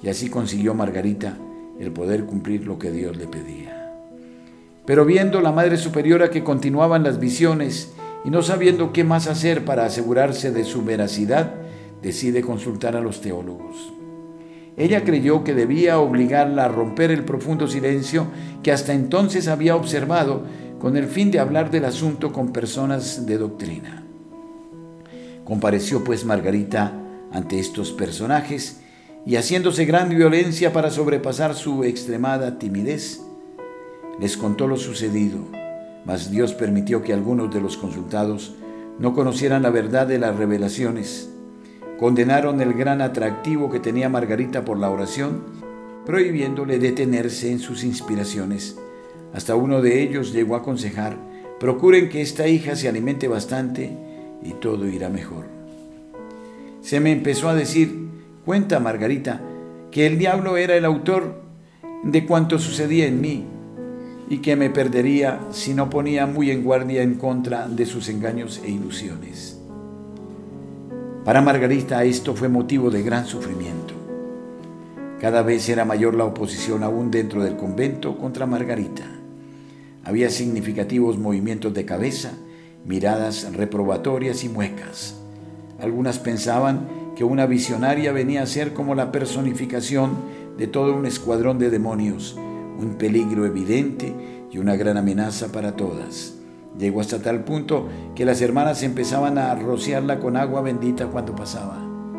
y así consiguió Margarita el poder cumplir lo que Dios le pedía. Pero viendo la Madre Superiora que continuaban las visiones y no sabiendo qué más hacer para asegurarse de su veracidad, decide consultar a los teólogos. Ella creyó que debía obligarla a romper el profundo silencio que hasta entonces había observado, con el fin de hablar del asunto con personas de doctrina. Compareció pues Margarita ante estos personajes y, haciéndose gran violencia para sobrepasar su extremada timidez, les contó lo sucedido, mas Dios permitió que algunos de los consultados no conocieran la verdad de las revelaciones. Condenaron el gran atractivo que tenía Margarita por la oración, prohibiéndole detenerse en sus inspiraciones. Hasta uno de ellos llegó a aconsejar: procuren que esta hija se alimente bastante y todo irá mejor. Se me empezó a decir: cuenta, Margarita, que el diablo era el autor de cuanto sucedía en mí y que me perdería si no ponía muy en guardia en contra de sus engaños e ilusiones. Para Margarita esto fue motivo de gran sufrimiento. Cada vez era mayor la oposición aún dentro del convento contra Margarita. Había significativos movimientos de cabeza, miradas reprobatorias y muecas. Algunas pensaban que una visionaria venía a ser como la personificación de todo un escuadrón de demonios, un peligro evidente y una gran amenaza para todas. Llegó hasta tal punto que las hermanas empezaban a rociarla con agua bendita cuando pasaba.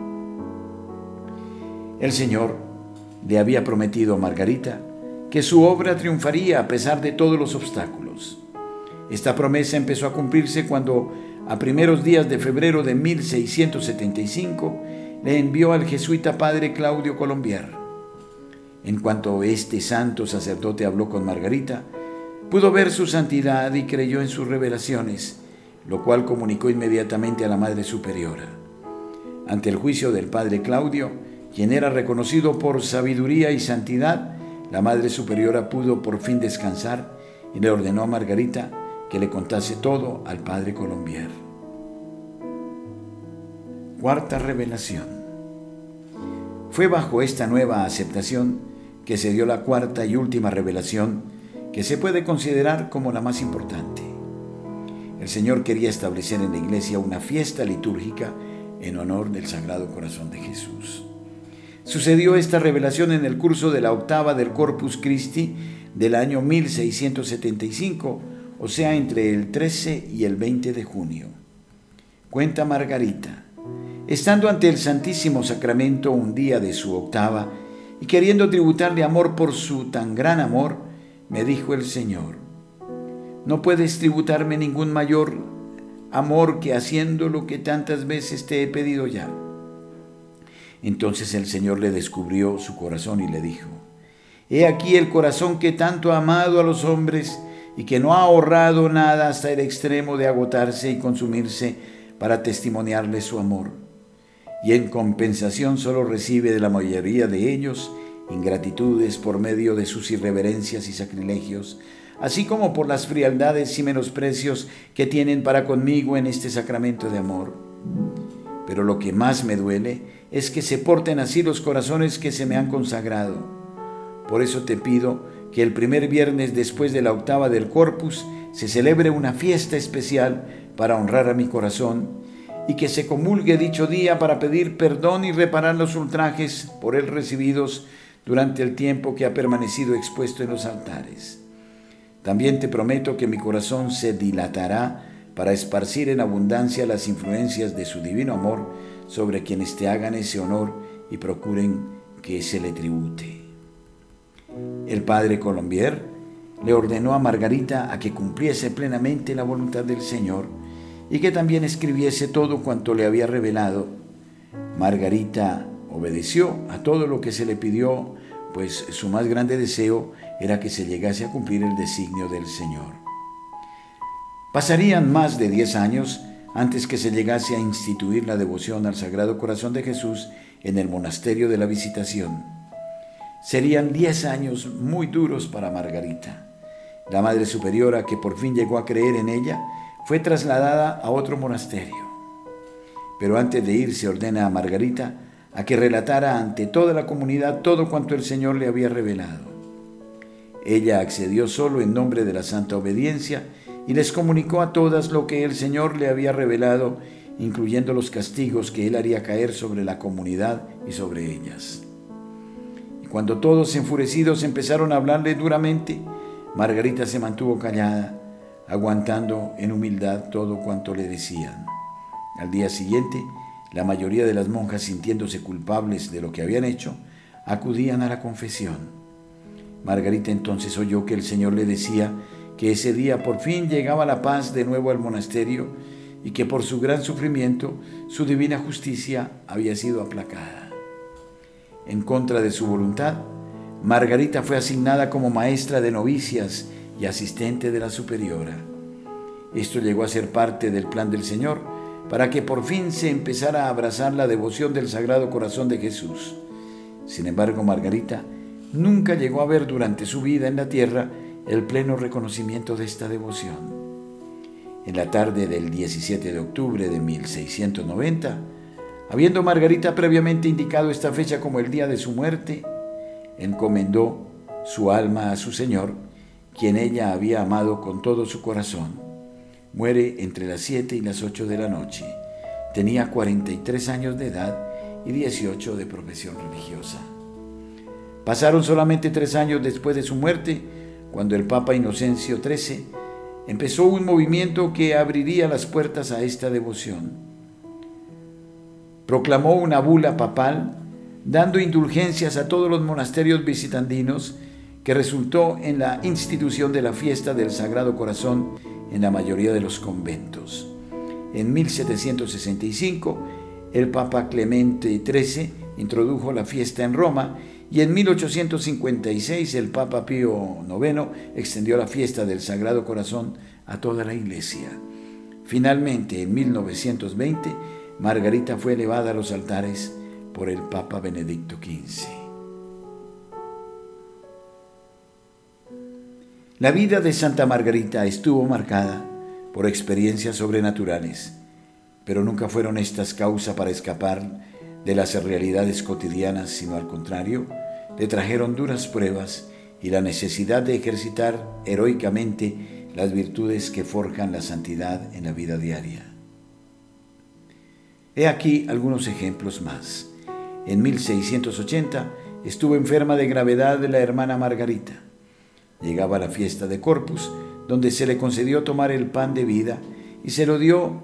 El Señor le había prometido a Margarita que su obra triunfaría a pesar de todos los obstáculos. Esta promesa empezó a cumplirse cuando, a primeros días de febrero de mil seiscientos setenta y cinco, le envió al jesuita padre Claudio Colombier. En cuanto este santo sacerdote habló con Margarita, pudo ver su santidad y creyó en sus revelaciones, lo cual comunicó inmediatamente a la Madre Superiora. Ante el juicio del padre Claudio, quien era reconocido por sabiduría y santidad, la Madre Superiora pudo por fin descansar y le ordenó a Margarita que le contase todo al padre Colombier. Cuarta revelación. Fue bajo esta nueva aceptación que se dio la cuarta y última revelación, que se puede considerar como la más importante. El Señor quería establecer en la iglesia una fiesta litúrgica en honor del Sagrado Corazón de Jesús. Sucedió esta revelación en el curso de la octava del Corpus Christi del año mil seiscientos setenta y cinco, o sea, entre el trece y el veinte de junio. Cuenta Margarita: estando ante el Santísimo Sacramento un día de su octava y queriendo tributarle amor por su tan gran amor, me dijo el Señor: no puedes tributarme ningún mayor amor que haciendo lo que tantas veces te he pedido ya. Entonces el Señor le descubrió su corazón y le dijo: he aquí el corazón que tanto ha amado a los hombres y que no ha ahorrado nada hasta el extremo de agotarse y consumirse para testimoniarles su amor. Y en compensación solo recibe de la mayoría de ellos ingratitudes por medio de sus irreverencias y sacrilegios, así como por las frialdades y menosprecios que tienen para conmigo en este sacramento de amor. Pero lo que más me duele es que se porten así los corazones que se me han consagrado. Por eso te pido que el primer viernes después de la octava del Corpus se celebre una fiesta especial para honrar a mi corazón y que se comulgue dicho día para pedir perdón y reparar los ultrajes por él recibidos durante el tiempo que ha permanecido expuesto en los altares. También te prometo que mi corazón se dilatará para esparcir en abundancia las influencias de su divino amor sobre quienes te hagan ese honor y procuren que se le tribute. El padre Colombier le ordenó a Margarita a que cumpliese plenamente la voluntad del Señor y que también escribiese todo cuanto le había revelado. Margarita obedeció a todo lo que se le pidió, pues su más grande deseo era que se llegase a cumplir el designio del Señor. Pasarían más de diez años antes que se llegase a instituir la devoción al Sagrado Corazón de Jesús en el monasterio de la Visitación. Serían diez años muy duros para Margarita. La Madre Superiora, que por fin llegó a creer en ella, fue trasladada a otro monasterio. Pero antes de irse ordena a Margarita a que relatara ante toda la comunidad todo cuanto el Señor le había revelado. Ella accedió solo en nombre de la santa obediencia y les comunicó a todas lo que el Señor le había revelado, incluyendo los castigos que él haría caer sobre la comunidad y sobre ellas. Y cuando todos enfurecidos empezaron a hablarle duramente, Margarita se mantuvo callada, aguantando en humildad todo cuanto le decían. Al día siguiente, la mayoría de las monjas, sintiéndose culpables de lo que habían hecho, acudían a la confesión. Margarita entonces oyó que el Señor le decía que ese día por fin llegaba la paz de nuevo al monasterio y que por su gran sufrimiento su divina justicia había sido aplacada. En contra de su voluntad, Margarita fue asignada como maestra de novicias y asistente de la superiora. Esto llegó a ser parte del plan del Señor para que por fin se empezara a abrazar la devoción del Sagrado Corazón de Jesús. Sin embargo, Margarita nunca llegó a ver durante su vida en la tierra el pleno reconocimiento de esta devoción. En la tarde del diecisiete de octubre de mil seiscientos noventa, habiendo Margarita previamente indicado esta fecha como el día de su muerte, encomendó su alma a su Señor, quien ella había amado con todo su corazón. Muere entre las siete y las ocho de la noche. Tenía cuarenta y tres años de edad y dieciocho de profesión religiosa. Pasaron solamente tres años después de su muerte, cuando el Papa Inocencio trece empezó un movimiento que abriría las puertas a esta devoción. Proclamó una bula papal, dando indulgencias a todos los monasterios visitandinos, que resultó en la institución de la fiesta del Sagrado Corazón en la mayoría de los conventos. En mil setecientos sesenta y cinco, el Papa Clemente trece introdujo la fiesta en Roma y en mil ochocientos cincuenta y seis el Papa Pío noveno extendió la fiesta del Sagrado Corazón a toda la Iglesia. Finalmente, en mil novecientos veinte, Margarita fue elevada a los altares por el Papa Benedicto quince. La vida de Santa Margarita estuvo marcada por experiencias sobrenaturales, pero nunca fueron estas causa para escapar de las realidades cotidianas, sino al contrario, le trajeron duras pruebas y la necesidad de ejercitar heroicamente las virtudes que forjan la santidad en la vida diaria. He aquí algunos ejemplos más. En mil seiscientos ochenta estuvo enferma de gravedad la hermana Margarita. Llegaba la fiesta de Corpus, donde se le concedió tomar el pan de vida y se lo dio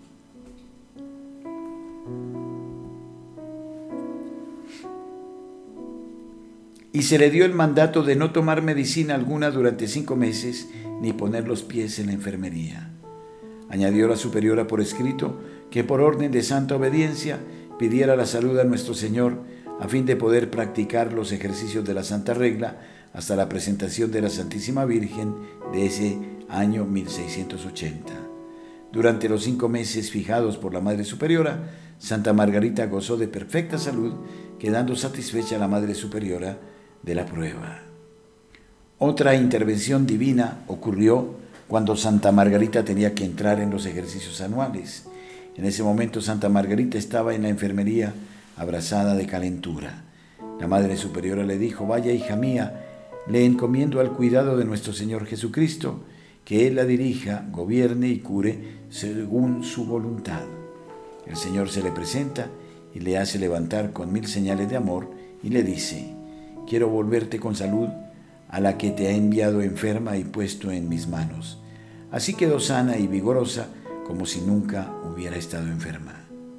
y se le dio el mandato de no tomar medicina alguna durante cinco meses ni poner los pies en la enfermería. Añadió la superiora por escrito que por orden de santa obediencia pidiera la salud a nuestro Señor a fin de poder practicar los ejercicios de la Santa Regla hasta la presentación de la Santísima Virgen de ese año mil seiscientos ochenta. Durante los cinco meses fijados por la Madre Superiora, Santa Margarita gozó de perfecta salud, quedando satisfecha la Madre Superiora de la prueba. Otra intervención divina ocurrió cuando Santa Margarita tenía que entrar en los ejercicios anuales. En ese momento Santa Margarita estaba en la enfermería abrazada de calentura. La Madre Superiora le dijo: «Vaya, hija mía, le encomiendo al cuidado de nuestro Señor Jesucristo, que Él la dirija, gobierne y cure según su voluntad». El Señor se le presenta y le hace levantar con mil señales de amor y le dice: «Quiero volverte con salud a la que te ha enviado enferma y puesto en mis manos». Así quedó sana y vigorosa como si nunca hubiera estado enferma.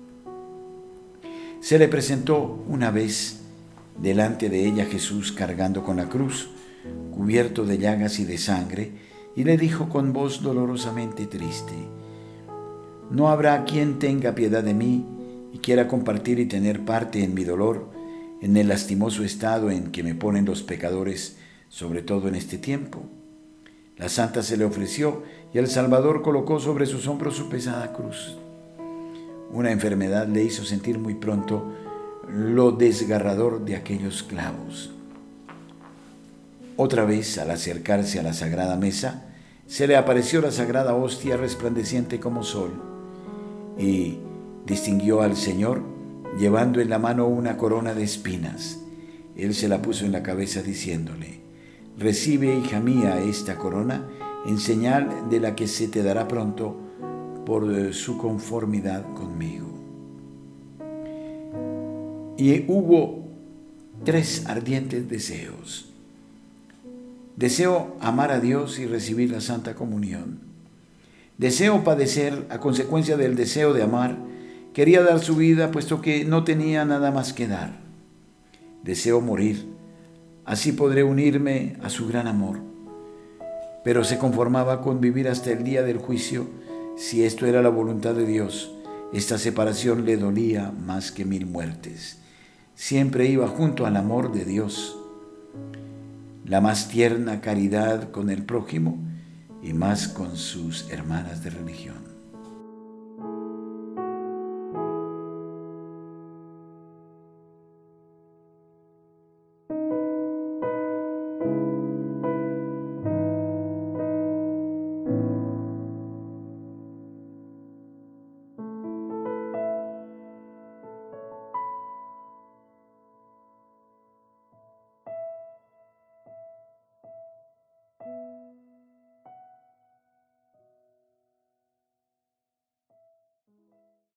Se le presentó una vez delante de ella Jesús cargando con la cruz, cubierto de llagas y de sangre, y le dijo con voz dolorosamente triste: «¿No habrá quien tenga piedad de mí y quiera compartir y tener parte en mi dolor, en el lastimoso estado en que me ponen los pecadores, sobre todo en este tiempo?» La santa se le ofreció y el Salvador colocó sobre sus hombros su pesada cruz. Una enfermedad le hizo sentir muy pronto lo desgarrador de aquellos clavos. Otra vez, al acercarse a la sagrada mesa, se le apareció la sagrada hostia resplandeciente como sol y distinguió al Señor llevando en la mano una corona de espinas. Él se la puso en la cabeza diciéndole: recibe, hija mía, esta corona en señal de la que se te dará pronto por su conformidad conmigo. Y hubo tres ardientes deseos. Deseo amar a Dios y recibir la Santa Comunión. Deseo padecer a consecuencia del deseo de amar. Quería dar su vida puesto que no tenía nada más que dar. Deseo morir. Así podré unirme a su gran amor. Pero se conformaba con vivir hasta el día del juicio. Si esto era la voluntad de Dios, esta separación le dolía más que mil muertes. Siempre iba junto al amor de Dios, la más tierna caridad con el prójimo y más con sus hermanas de religión.